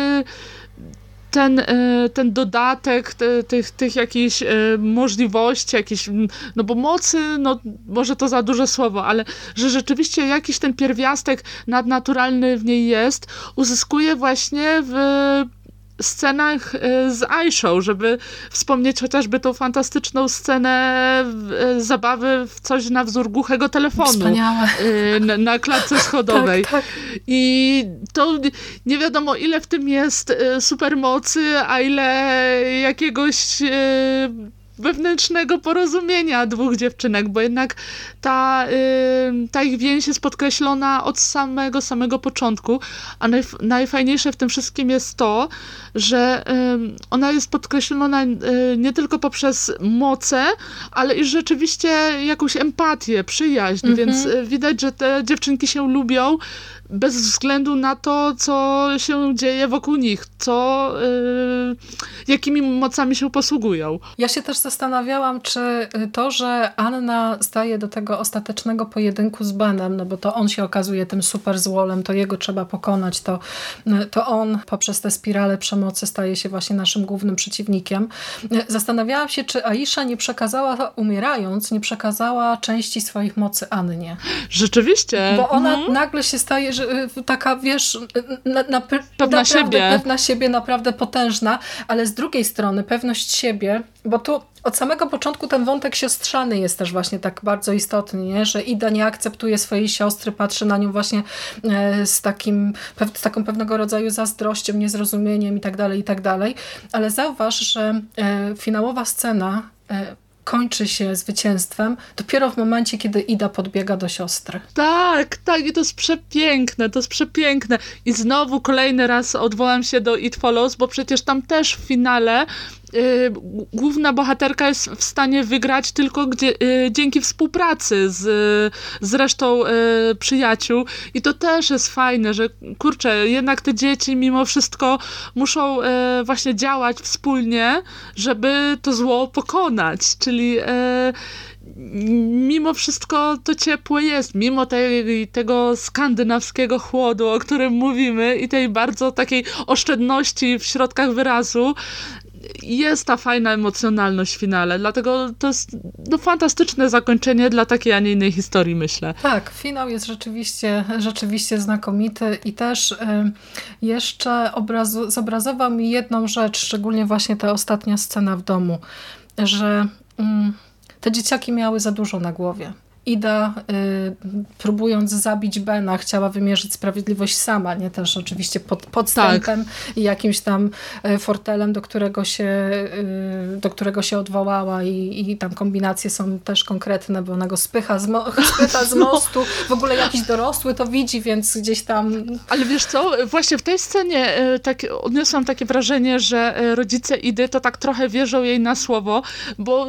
E: ten dodatek tych jakichś możliwości, jakieś, no bo mocy, no może to za duże słowo, ale że rzeczywiście jakiś ten pierwiastek nadnaturalny w niej jest, uzyskuje właśnie w scenach z Aishą, żeby wspomnieć chociażby tą fantastyczną scenę zabawy w coś na wzór głuchego telefonu na klatce schodowej.
D: Tak.
E: I to nie wiadomo, ile w tym jest supermocy, a ile jakiegoś wewnętrznego porozumienia dwóch dziewczynek, bo jednak ta ich więź jest podkreślona od samego początku, a najfajniejsze w tym wszystkim jest to, że ona jest podkreślona nie tylko poprzez moce, ale i rzeczywiście jakąś empatię, przyjaźń, więc widać, że te dziewczynki się lubią bez względu na to, co się dzieje wokół nich, jakimi mocami się posługują.
D: Ja się też zastanawiałam, czy to, że Anna staje do tego ostatecznego pojedynku z Benem, no bo to on się okazuje tym super złolem, to jego trzeba pokonać, to on poprzez tę spiralę przemocy staje się właśnie naszym głównym przeciwnikiem. Zastanawiałam się, czy Aisza umierając, nie przekazała części swoich mocy Annie.
E: Rzeczywiście.
D: Bo ona nagle się staje, że taka, wiesz, pewna siebie, naprawdę potężna, ale z drugiej strony pewność siebie, bo tu od samego początku ten wątek siostrzany jest też właśnie tak bardzo istotny, nie? Że Ida nie akceptuje swojej siostry, patrzy na nią właśnie z taką pewnego rodzaju zazdrością, niezrozumieniem i tak dalej. Ale zauważ, że finałowa scena kończy się zwycięstwem dopiero w momencie, kiedy Ida podbiega do siostry.
E: Tak, i to jest przepiękne. I znowu kolejny raz odwołam się do It Follows, bo przecież tam też w finale główna bohaterka jest w stanie wygrać tylko dzięki współpracy z resztą przyjaciół. I to też jest fajne, że kurczę, jednak te dzieci mimo wszystko muszą właśnie działać wspólnie, żeby to zło pokonać. Czyli mimo wszystko to ciepłe jest, mimo tego skandynawskiego chłodu, o którym mówimy i tej bardzo takiej oszczędności w środkach wyrazu, jest ta fajna emocjonalność w finale, dlatego to jest fantastyczne zakończenie dla takiej, a nie innej historii, myślę.
D: Tak, finał jest rzeczywiście znakomity i też jeszcze zobrazował mi jedną rzecz, szczególnie właśnie ta ostatnia scena w domu, że te dzieciaki miały za dużo na głowie. Ida, próbując zabić Bena, chciała wymierzyć sprawiedliwość sama, nie też oczywiście podstępem i jakimś tam fortelem, do którego się odwołała i tam kombinacje są też konkretne, bo ona go spycha z mostu. W ogóle jakiś dorosły to widzi, więc gdzieś tam...
E: Ale wiesz co, właśnie w tej scenie odniosłam takie wrażenie, że rodzice Idy to tak trochę wierzą jej na słowo, bo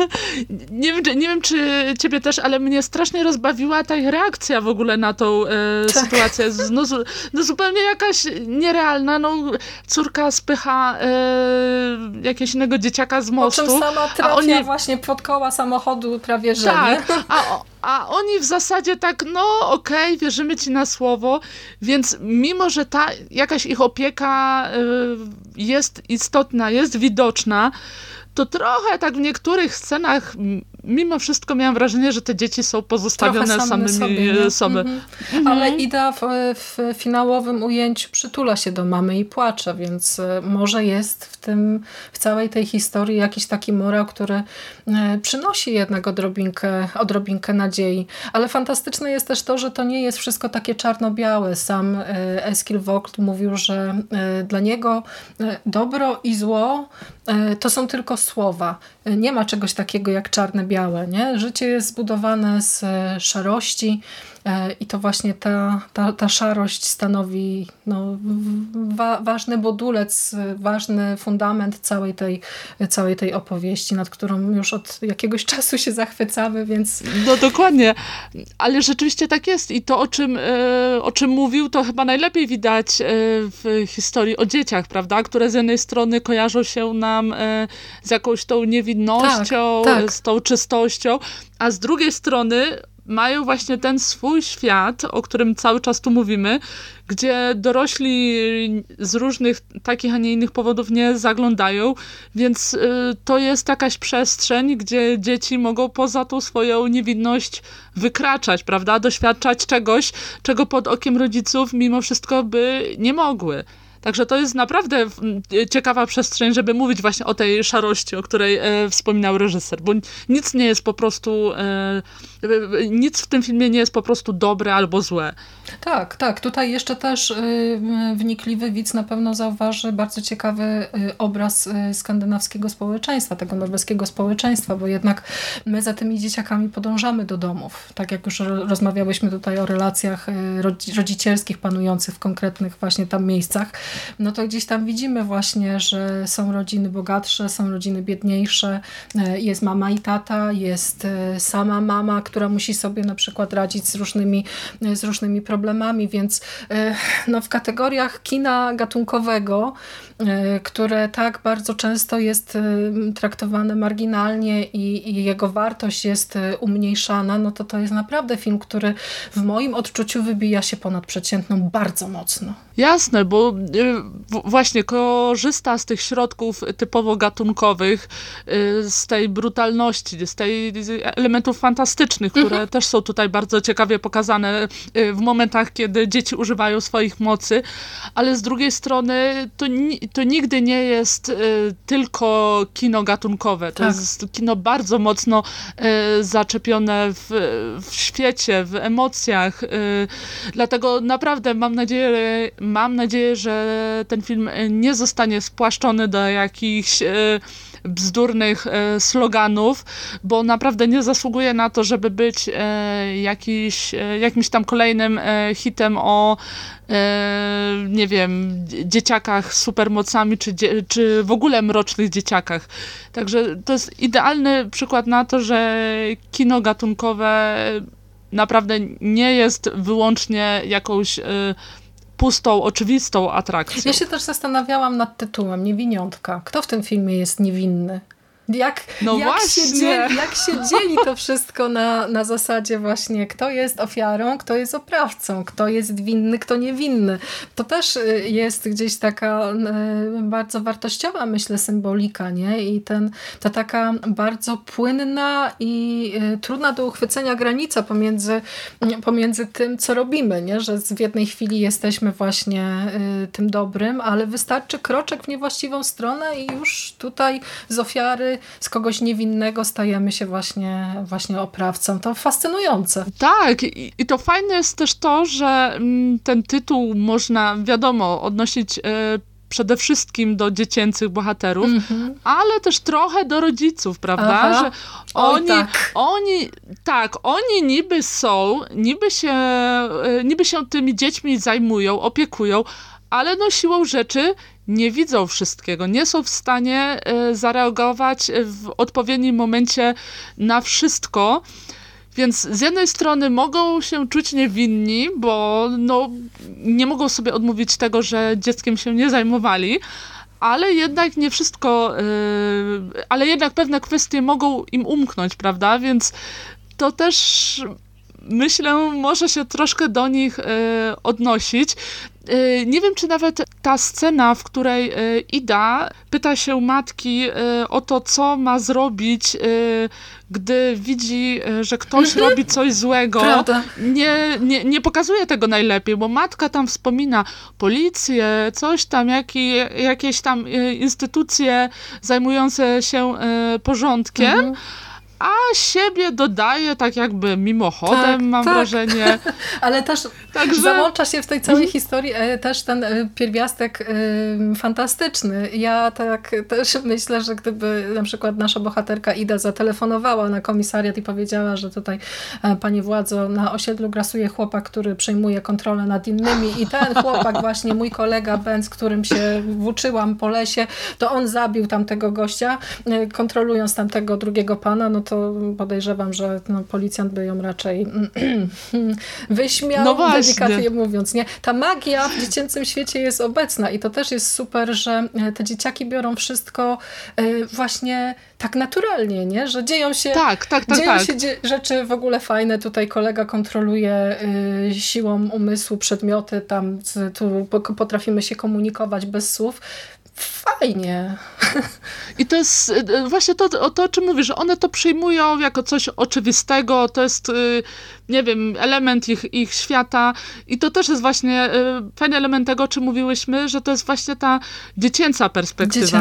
E: nie wiem, czy ciebie też, ale mnie strasznie rozbawiła ta ich reakcja w ogóle na tą sytuację. Zupełnie jakaś nierealna. Córka spycha jakiegoś innego dzieciaka z mostu.
D: Po czym sama trafia właśnie pod koła samochodu prawie że.
E: Tak, a oni w zasadzie tak, okej, wierzymy ci na słowo, więc mimo, że ta jakaś ich opieka jest istotna, jest widoczna, to trochę tak w niektórych scenach mimo wszystko miałam wrażenie, że te dzieci są pozostawione samymi sobie.
D: Ale Ida w finałowym ujęciu przytula się do mamy i płacze, więc może jest w całej tej historii jakiś taki morał, który przynosi jednak odrobinkę nadziei. Ale fantastyczne jest też to, że to nie jest wszystko takie czarno-białe. Sam Eskil Vogt mówił, że dla niego dobro i zło to są tylko słowa. Nie ma czegoś takiego jak czarne-białe. Nie? Życie jest zbudowane z szarości i to właśnie ta szarość stanowi ważny budulec, ważny fundament całej tej opowieści, nad którą już od jakiegoś czasu się zachwycamy, więc...
E: No dokładnie, ale rzeczywiście tak jest i to, o czym mówił, to chyba najlepiej widać w historii o dzieciach, prawda, które z jednej strony kojarzą się nam z jakąś tą niewinnością,
D: tak.
E: z tą czystością, a z drugiej strony mają właśnie ten swój świat, o którym cały czas tu mówimy, gdzie dorośli z różnych takich, a nie innych powodów nie zaglądają, więc to jest jakaś przestrzeń, gdzie dzieci mogą poza tą swoją niewinność wykraczać, prawda? Doświadczać czegoś, czego pod okiem rodziców mimo wszystko by nie mogły. Także to jest naprawdę ciekawa przestrzeń, żeby mówić właśnie o tej szarości, o której wspominał reżyser, bo nic nie jest po prostu, nic w tym filmie nie jest po prostu dobre albo złe.
D: Tak. Tutaj jeszcze też wnikliwy widz na pewno zauważy bardzo ciekawy obraz skandynawskiego społeczeństwa, tego norweskiego społeczeństwa, bo jednak my za tymi dzieciakami podążamy do domów. Tak jak już rozmawiałyśmy tutaj o relacjach rodzicielskich panujących w konkretnych właśnie tam miejscach, no to gdzieś tam widzimy właśnie, że są rodziny bogatsze, są rodziny biedniejsze, jest mama i tata, jest sama mama, która musi sobie na przykład radzić z różnymi problemami, więc w kategoriach kina gatunkowego, które tak bardzo często jest traktowane marginalnie i jego wartość jest umniejszana, no to jest naprawdę film, który w moim odczuciu wybija się ponad przeciętną bardzo mocno.
E: Jasne, bo właśnie korzysta z tych środków typowo gatunkowych, z tej brutalności, z tej elementów fantastycznych, które też są tutaj bardzo ciekawie pokazane w momentach, kiedy dzieci używają swoich mocy, ale z drugiej strony to nigdy nie jest tylko kino gatunkowe. To jest kino bardzo mocno zaczepione w świecie, w emocjach. Dlatego naprawdę mam nadzieję, że ten film nie zostanie spłaszczony do jakichś bzdurnych sloganów, bo naprawdę nie zasługuje na to, żeby być jakimś tam kolejnym hitem o nie wiem, dzieciakach z supermocami, czy w ogóle mrocznych dzieciakach. Także to jest idealny przykład na to, że kino gatunkowe naprawdę nie jest wyłącznie jakąś pustą, oczywistą atrakcją.
D: Ja się też zastanawiałam nad tytułem Niewiniątka. Kto w tym filmie jest niewinny?
E: No właśnie.
D: Jak się dzieli to wszystko na zasadzie właśnie, kto jest ofiarą, kto jest oprawcą, kto jest winny, kto niewinny. To też jest gdzieś taka bardzo wartościowa, myślę, symbolika, nie? I ta taka bardzo płynna i trudna do uchwycenia granica pomiędzy tym, co robimy, nie? Że w jednej chwili jesteśmy właśnie tym dobrym, ale wystarczy kroczek w niewłaściwą stronę i już tutaj z ofiary, z kogoś niewinnego stajemy się właśnie oprawcą. To fascynujące.
E: Tak, i to fajne jest też to, że ten tytuł można, wiadomo, odnosić przede wszystkim do dziecięcych bohaterów, ale też trochę do rodziców, prawda?
D: Aha.
E: Że oni niby się tymi dziećmi zajmują, opiekują, ale no siłą rzeczy nie widzą wszystkiego, nie są w stanie zareagować w odpowiednim momencie na wszystko. Więc z jednej strony mogą się czuć niewinni, bo no, nie mogą sobie odmówić tego, że dzieckiem się nie zajmowali, ale jednak nie wszystko, ale jednak pewne kwestie mogą im umknąć, prawda? Więc to też, myślę, może się troszkę do nich odnosić. Nie wiem, czy nawet ta scena, w której Ida pyta się matki o to, co ma zrobić, gdy widzi, że ktoś robi coś złego, nie pokazuje tego najlepiej, bo matka tam wspomina policję, coś tam, jakieś tam instytucje zajmujące się porządkiem, a siebie dodaje tak jakby mimochodem, mam wrażenie.
D: Ale też załącza się w tej całej historii też ten pierwiastek fantastyczny. Ja tak też myślę, że gdyby na przykład nasza bohaterka Ida zatelefonowała na komisariat i powiedziała, że tutaj panie władzo, na osiedlu grasuje chłopak, który przejmuje kontrolę nad innymi i ten chłopak właśnie, mój kolega Ben, z którym się włóczyłam po lesie, to on zabił tamtego gościa, kontrolując tamtego drugiego pana, no to podejrzewam, że policjant by ją raczej wyśmiał, delikatnie mówiąc. Nie? Ta magia w dziecięcym świecie jest obecna i to też jest super, że te dzieciaki biorą wszystko właśnie tak naturalnie, nie? Że dzieją się rzeczy w ogóle fajne. Tutaj kolega kontroluje siłą umysłu przedmioty, tam tu potrafimy się komunikować bez słów. Fajnie.
E: I to jest właśnie to, o czym mówisz, że one to przyjmują jako coś oczywistego, to jest, nie wiem, element ich świata i to też jest właśnie fajny element tego, o czym mówiłyśmy, że to jest właśnie ta dziecięca perspektywa.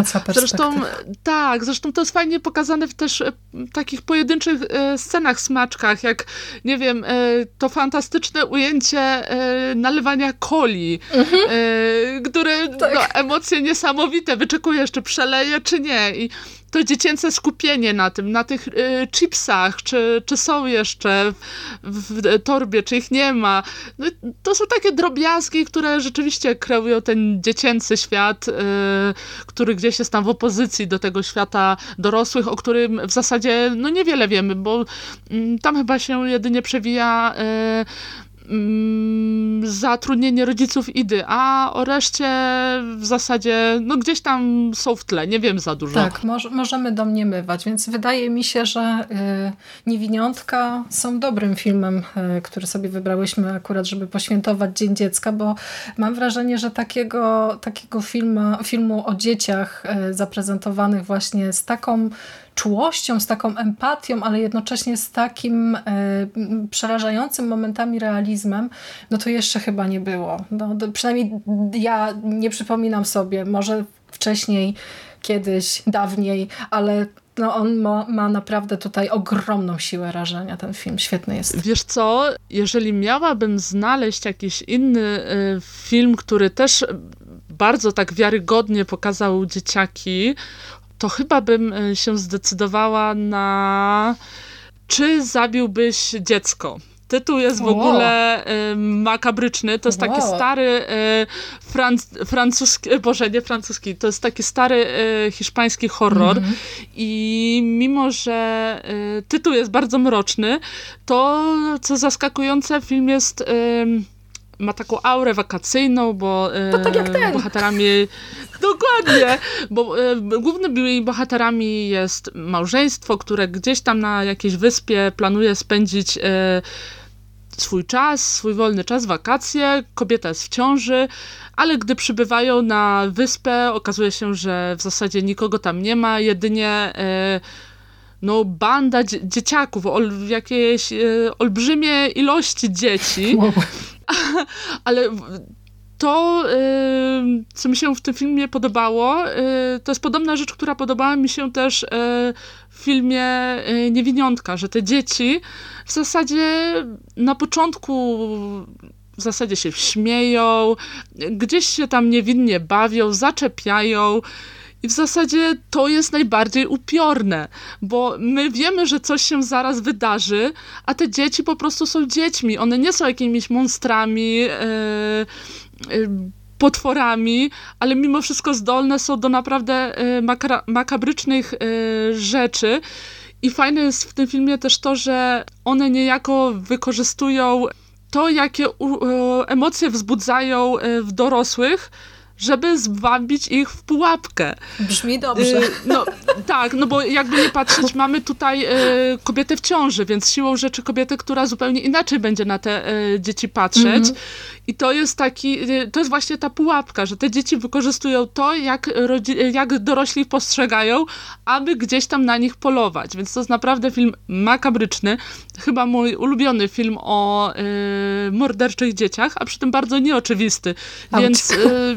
E: Zresztą to jest fajnie pokazane w też takich pojedynczych scenach, smaczkach, jak, nie wiem, to fantastyczne ujęcie nalewania coli, które emocje niesamowite, wyczekujesz, czy przeleje, czy nie. I to dziecięce skupienie na tych chipsach, czy są jeszcze w torbie, czy ich nie ma. No, to są takie drobiazgi, które rzeczywiście kreują ten dziecięcy świat, który gdzieś jest tam w opozycji do tego świata dorosłych, o którym w zasadzie niewiele wiemy, bo tam chyba się jedynie przewija zatrudnienie rodziców Idy, a o reszcie w zasadzie gdzieś tam są w tle, nie wiem za dużo.
D: Tak, możemy domniemywać, więc wydaje mi się, że Niewiniątka są dobrym filmem, który sobie wybrałyśmy akurat, żeby poświętować Dzień Dziecka, bo mam wrażenie, że takiego filmu o dzieciach zaprezentowanych właśnie z taką czułością, z taką empatią, ale jednocześnie z takim przerażającym momentami realizmem, to jeszcze chyba nie było. Przynajmniej ja nie przypominam sobie, może wcześniej, kiedyś, dawniej, ale on ma naprawdę tutaj ogromną siłę rażenia, ten film. Świetny jest.
E: Wiesz co, jeżeli miałabym znaleźć jakiś inny film, który też bardzo tak wiarygodnie pokazał dzieciaki, to chyba bym się zdecydowała na Czy zabiłbyś dziecko? Tytuł jest w ogóle makabryczny. To jest taki stary francuski, nie francuski, to jest taki stary hiszpański horror. I mimo, że tytuł jest bardzo mroczny, to co zaskakujące, film jest ma taką aurę wakacyjną, bo
D: to tak jak ten.
E: bohaterami... Dokładnie, bo głównymi bohaterami jest małżeństwo, które gdzieś tam na jakiejś wyspie planuje spędzić swój czas, swój wolny czas, wakacje. Kobieta jest w ciąży, ale gdy przybywają na wyspę, okazuje się, że w zasadzie nikogo tam nie ma, jedynie banda dzieciaków, jakieś olbrzymie ilości dzieci.
D: Wow.
E: Ale to, co mi się w tym filmie podobało, to jest podobna rzecz, która podobała mi się też w filmie Niewiniątka, że te dzieci w zasadzie na początku w zasadzie się śmieją, gdzieś się tam niewinnie bawią, zaczepiają. I w zasadzie to jest najbardziej upiorne, bo my wiemy, że coś się zaraz wydarzy, a te dzieci po prostu są dziećmi. One nie są jakimiś monstrami, potworami, ale mimo wszystko zdolne są do naprawdę makabrycznych rzeczy. I fajne jest w tym filmie też to, że one niejako wykorzystują to, jakie emocje wzbudzają w dorosłych, żeby zwabić ich w pułapkę.
D: Brzmi dobrze.
E: Tak, bo jakby nie patrzeć, mamy tutaj kobietę w ciąży, więc siłą rzeczy kobietę, która zupełnie inaczej będzie na te dzieci patrzeć. I to jest to jest właśnie ta pułapka, że te dzieci wykorzystują to, jak dorośli ich postrzegają, aby gdzieś tam na nich polować. Więc to jest naprawdę film makabryczny. Chyba mój ulubiony film o morderczych dzieciach, a przy tym bardzo nieoczywisty. Więc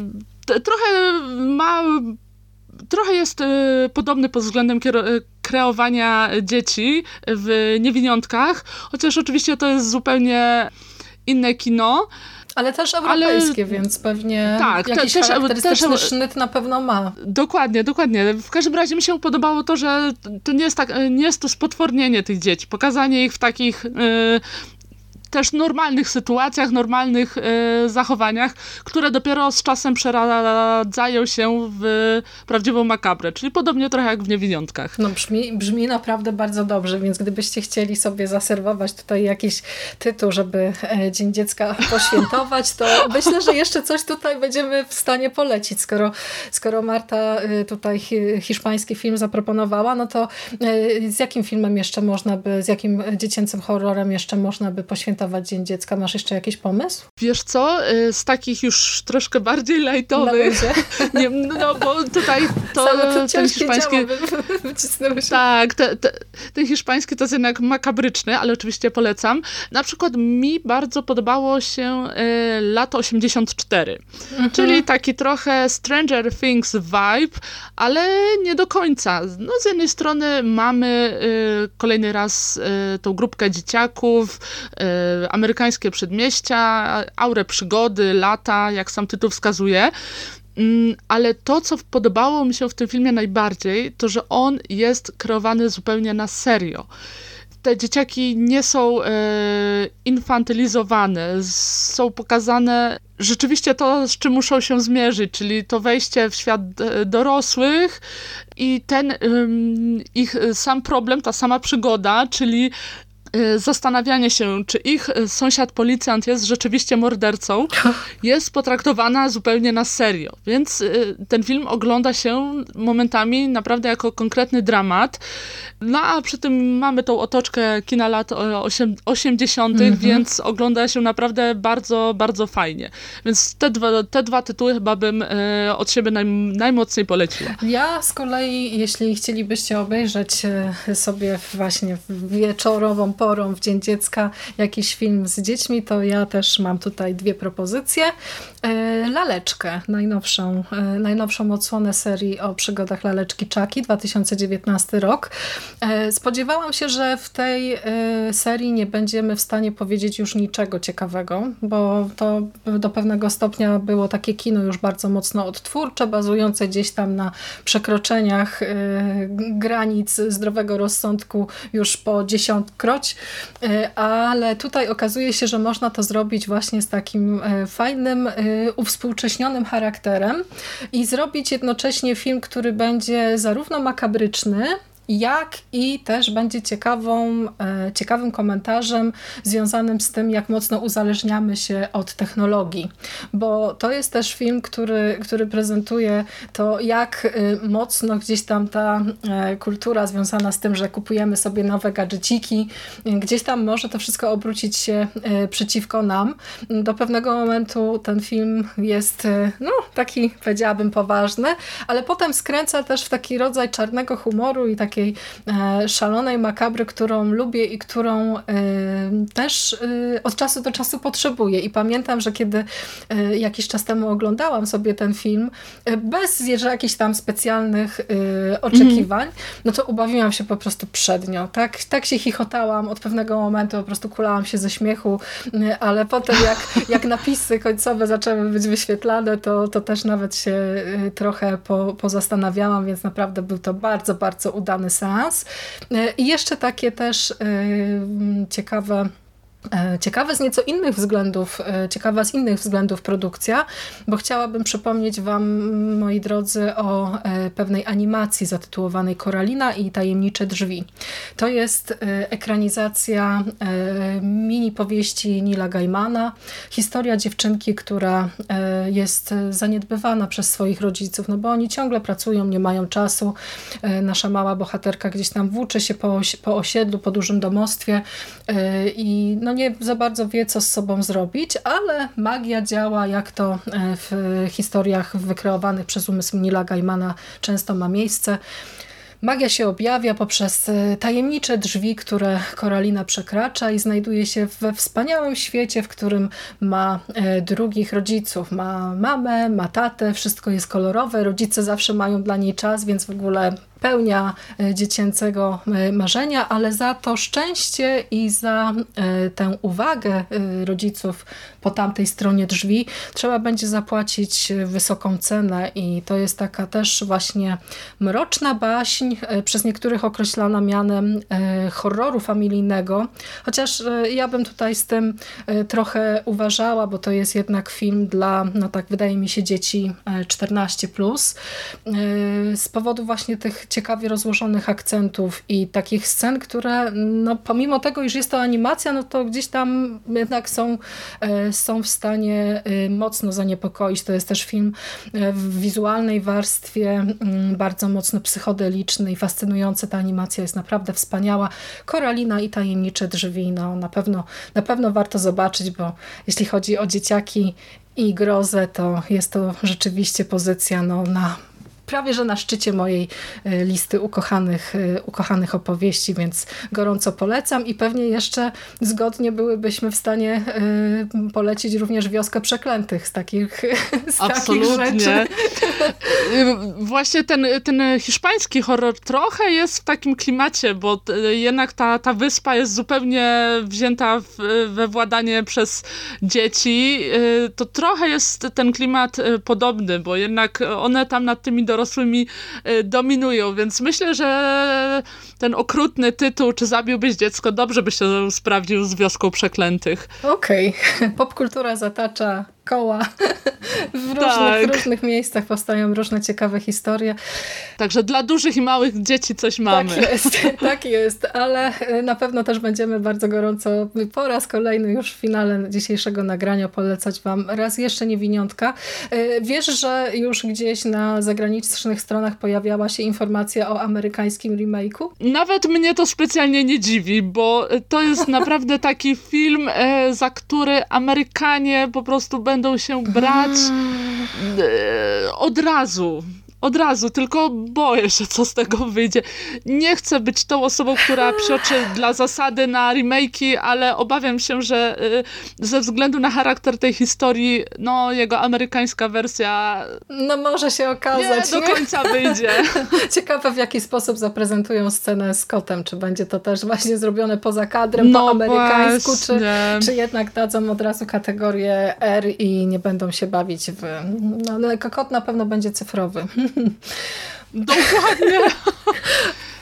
E: trochę jest podobny pod względem kreowania dzieci w Niewiniątkach, chociaż oczywiście to jest zupełnie inne kino.
D: Ale też europejskie, więc pewnie jakiś charakterystyczny sznyt na pewno ma.
E: Dokładnie. W każdym razie mi się podobało to, że to nie jest to spotwornienie tych dzieci. Pokazanie ich w takich też normalnych sytuacjach, normalnych zachowaniach, które dopiero z czasem przeradzają się w prawdziwą makabrę, czyli podobnie trochę jak w Niewiniątkach.
D: Brzmi naprawdę bardzo dobrze, więc gdybyście chcieli sobie zaserwować tutaj jakiś tytuł, żeby Dzień Dziecka poświętować, to myślę, że jeszcze coś tutaj będziemy w stanie polecić. Skoro Marta tutaj hiszpański film zaproponowała, no to z jakim filmem jeszcze z jakim dziecięcym horrorem jeszcze można by poświętować Dzień Dziecka? Masz jeszcze jakiś pomysł?
E: Wiesz co? Z takich już troszkę bardziej lightowych. Bo tutaj ten hiszpański... Tak, ten hiszpański to jest jednak makabryczny, ale oczywiście polecam. Na przykład mi bardzo podobało się Lato 84, czyli taki trochę Stranger Things vibe, ale nie do końca. Z jednej strony mamy kolejny raz tą grupkę dzieciaków, amerykańskie przedmieścia, aurę przygody, lata, jak sam tytuł wskazuje. Ale to, co podobało mi się w tym filmie najbardziej, to, że on jest kreowany zupełnie na serio. Te dzieciaki nie są infantylizowane, są pokazane rzeczywiście to, z czym muszą się zmierzyć, czyli to wejście w świat dorosłych i ten ich sam problem, ta sama przygoda, czyli zastanawianie się, czy ich sąsiad policjant jest rzeczywiście mordercą, jest potraktowana zupełnie na serio. Więc ten film ogląda się momentami naprawdę jako konkretny dramat. A przy tym mamy tą otoczkę kina lat 80., więc ogląda się naprawdę bardzo, bardzo fajnie. Więc te dwa tytuły chyba bym od siebie najmocniej poleciła.
D: Ja z kolei, jeśli chcielibyście obejrzeć sobie właśnie wieczorową porą w Dzień Dziecka jakiś film z dziećmi, to ja też mam tutaj dwie propozycje. Laleczkę, najnowszą odsłonę serii o przygodach laleczki Chucky, 2019 rok. Spodziewałam się, że w tej serii nie będziemy w stanie powiedzieć już niczego ciekawego, bo to do pewnego stopnia było takie kino już bardzo mocno odtwórcze, bazujące gdzieś tam na przekroczeniach granic zdrowego rozsądku już po dziesiątkroć, ale tutaj okazuje się, że można to zrobić właśnie z takim fajnym, uwspółcześnionym charakterem i zrobić jednocześnie film, który będzie zarówno makabryczny, jak i też będzie ciekawym komentarzem związanym z tym, jak mocno uzależniamy się od technologii, bo to jest też film, który prezentuje to, jak mocno gdzieś tam ta kultura związana z tym, że kupujemy sobie nowe gadżeciki, gdzieś tam może to wszystko obrócić się przeciwko nam. Do pewnego momentu ten film jest taki, powiedziałabym, poważny, ale potem skręca też w taki rodzaj czarnego humoru i takiej szalonej makabry, którą lubię i którą też od czasu do czasu potrzebuję. I pamiętam, że kiedy jakiś czas temu oglądałam sobie ten film, bez jakichś tam specjalnych oczekiwań, no to ubawiłam się po prostu przednio. Tak się chichotałam, od pewnego momentu po prostu kulałam się ze śmiechu, ale potem jak napisy końcowe zaczęły być wyświetlane, to też nawet się trochę pozastanawiałam, więc naprawdę był to bardzo, bardzo udany seans. I jeszcze takie też ciekawa z innych względów produkcja, bo chciałabym przypomnieć wam, moi drodzy, o pewnej animacji zatytułowanej Koralina i tajemnicze drzwi. To jest ekranizacja mini powieści Neila Gaimana. Historia dziewczynki, która jest zaniedbywana przez swoich rodziców, no bo oni ciągle pracują, nie mają czasu. Nasza mała bohaterka gdzieś tam włóczy się po osiedlu, po dużym domostwie i nie za bardzo wie, co z sobą zrobić, ale magia działa, jak to w historiach wykreowanych przez umysł Neila Gaimana często ma miejsce. Magia się objawia poprzez tajemnicze drzwi, które Koralina przekracza i znajduje się we wspaniałym świecie, w którym ma drugich rodziców. Ma mamę, ma tatę, wszystko jest kolorowe, rodzice zawsze mają dla niej czas, więc w ogóle pełnia dziecięcego marzenia, ale za to szczęście i za tę uwagę rodziców po tamtej stronie drzwi trzeba będzie zapłacić wysoką cenę i to jest taka też właśnie mroczna baśń, przez niektórych określana mianem horroru familijnego, chociaż ja bym tutaj z tym trochę uważała, bo to jest jednak film dla, tak wydaje mi się, dzieci 14+, z powodu właśnie tych ciekawie rozłożonych akcentów i takich scen, które pomimo tego, iż jest to animacja, to gdzieś tam jednak są w stanie mocno zaniepokoić. To jest też film w wizualnej warstwie bardzo mocno psychodeliczny i fascynujący. Ta animacja jest naprawdę wspaniała. Koralina i tajemnicze drzwi, na pewno warto zobaczyć, bo jeśli chodzi o dzieciaki i grozę, to jest to rzeczywiście pozycja prawie że na szczycie mojej listy ukochanych opowieści, więc gorąco polecam i pewnie jeszcze zgodnie byłybyśmy w stanie polecić również Wioskę Przeklętych z takich rzeczy.
E: Właśnie ten hiszpański horror trochę jest w takim klimacie, bo jednak ta wyspa jest zupełnie wzięta we władanie przez dzieci. To trochę jest ten klimat podobny, bo jednak one tam nad tymi dorosłymi dominują, więc myślę, że ten okrutny tytuł, czy zabiłbyś dziecko, dobrze by się sprawdził z Wioską Przeklętych.
D: Okej. Popkultura zatacza koła. W różnych miejscach powstają różne ciekawe historie.
E: Także dla dużych i małych dzieci coś mamy.
D: Tak jest, ale na pewno też będziemy bardzo gorąco po raz kolejny już w finale dzisiejszego nagrania polecać wam raz jeszcze Niewiniątka. Wiesz, że już gdzieś na zagranicznych stronach pojawiała się informacja o amerykańskim remake'u?
E: Nawet mnie to specjalnie nie dziwi, bo to jest naprawdę taki film, za który Amerykanie po prostu będą się brać od razu, tylko boję się, co z tego wyjdzie. Nie chcę być tą osobą, która psioczy dla zasady na remake'i, ale obawiam się, że ze względu na charakter tej historii, jego amerykańska wersja
D: może się okazać.
E: Nie do końca wyjdzie.
D: Ciekawe, w jaki sposób zaprezentują scenę z kotem. Czy będzie to też właśnie zrobione poza kadrem, po amerykańsku, czy jednak dadzą od razu kategorię R i nie będą się bawić w... kot na pewno będzie cyfrowy.
E: Dokładnie.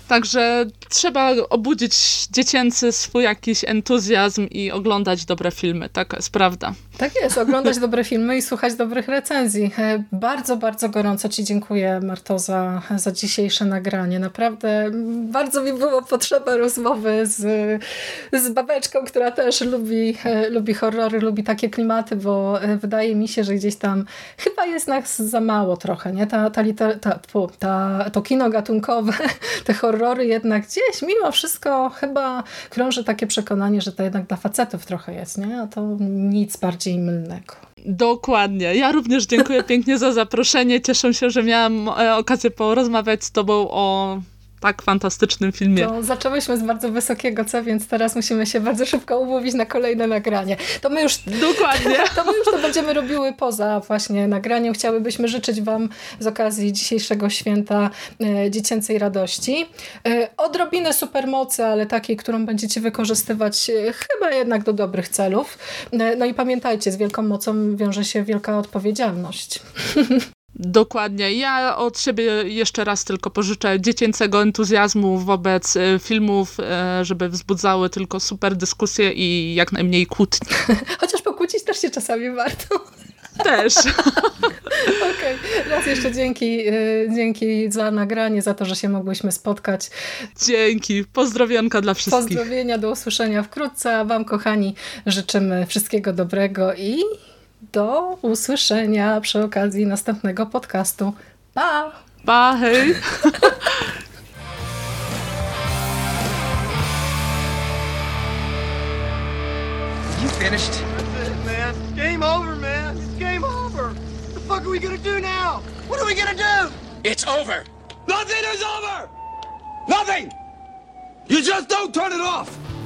E: Także trzeba obudzić dziecięcy swój jakiś entuzjazm i oglądać dobre filmy. Taka jest prawda.
D: Tak jest, oglądać dobre filmy i słuchać dobrych recenzji. Bardzo, bardzo gorąco Ci dziękuję, Marto, za dzisiejsze nagranie. Naprawdę bardzo mi było potrzeba rozmowy z babeczką, która też lubi horrory, lubi takie klimaty, bo wydaje mi się, że gdzieś tam chyba jest nas za mało trochę, nie? To kino gatunkowe, te horrory jednak gdzieś mimo wszystko chyba krąży takie przekonanie, że to jednak dla facetów trochę jest, nie? A to nic bardziej mylnego.
E: Dokładnie. Ja również dziękuję pięknie za zaproszenie. Cieszę się, że miałam okazję porozmawiać z tobą o tak fantastycznym filmie.
D: To zaczęłyśmy z bardzo wysokiego C, więc teraz musimy się bardzo szybko umówić na kolejne nagranie.
E: Dokładnie.
D: To będziemy robiły poza właśnie nagraniem. Chciałybyśmy życzyć wam z okazji dzisiejszego święta dziecięcej radości. Odrobinę supermocy, ale takiej, którą będziecie wykorzystywać chyba jednak do dobrych celów. No i pamiętajcie, z wielką mocą wiąże się wielka odpowiedzialność.
E: Dokładnie. Ja od siebie jeszcze raz tylko pożyczę dziecięcego entuzjazmu wobec filmów, żeby wzbudzały tylko super dyskusje i jak najmniej kłótni.
D: Chociaż pokłócić też się czasami warto.
E: Też.
D: Okej. Raz jeszcze dzięki za nagranie, za to, że się mogłyśmy spotkać.
E: Dzięki. Pozdrowionka dla wszystkich.
D: Pozdrowienia, do usłyszenia wkrótce, a wam, kochani, życzymy wszystkiego dobrego i do usłyszenia przy okazji następnego podcastu. Pa!
E: Pa, hej!
A: You finished?
C: That's it, man. Game over, man. It's game over. What the fuck are we gonna do now? What are we gonna do?
F: It's over.
C: Nothing is over! Nothing! You just don't turn it off!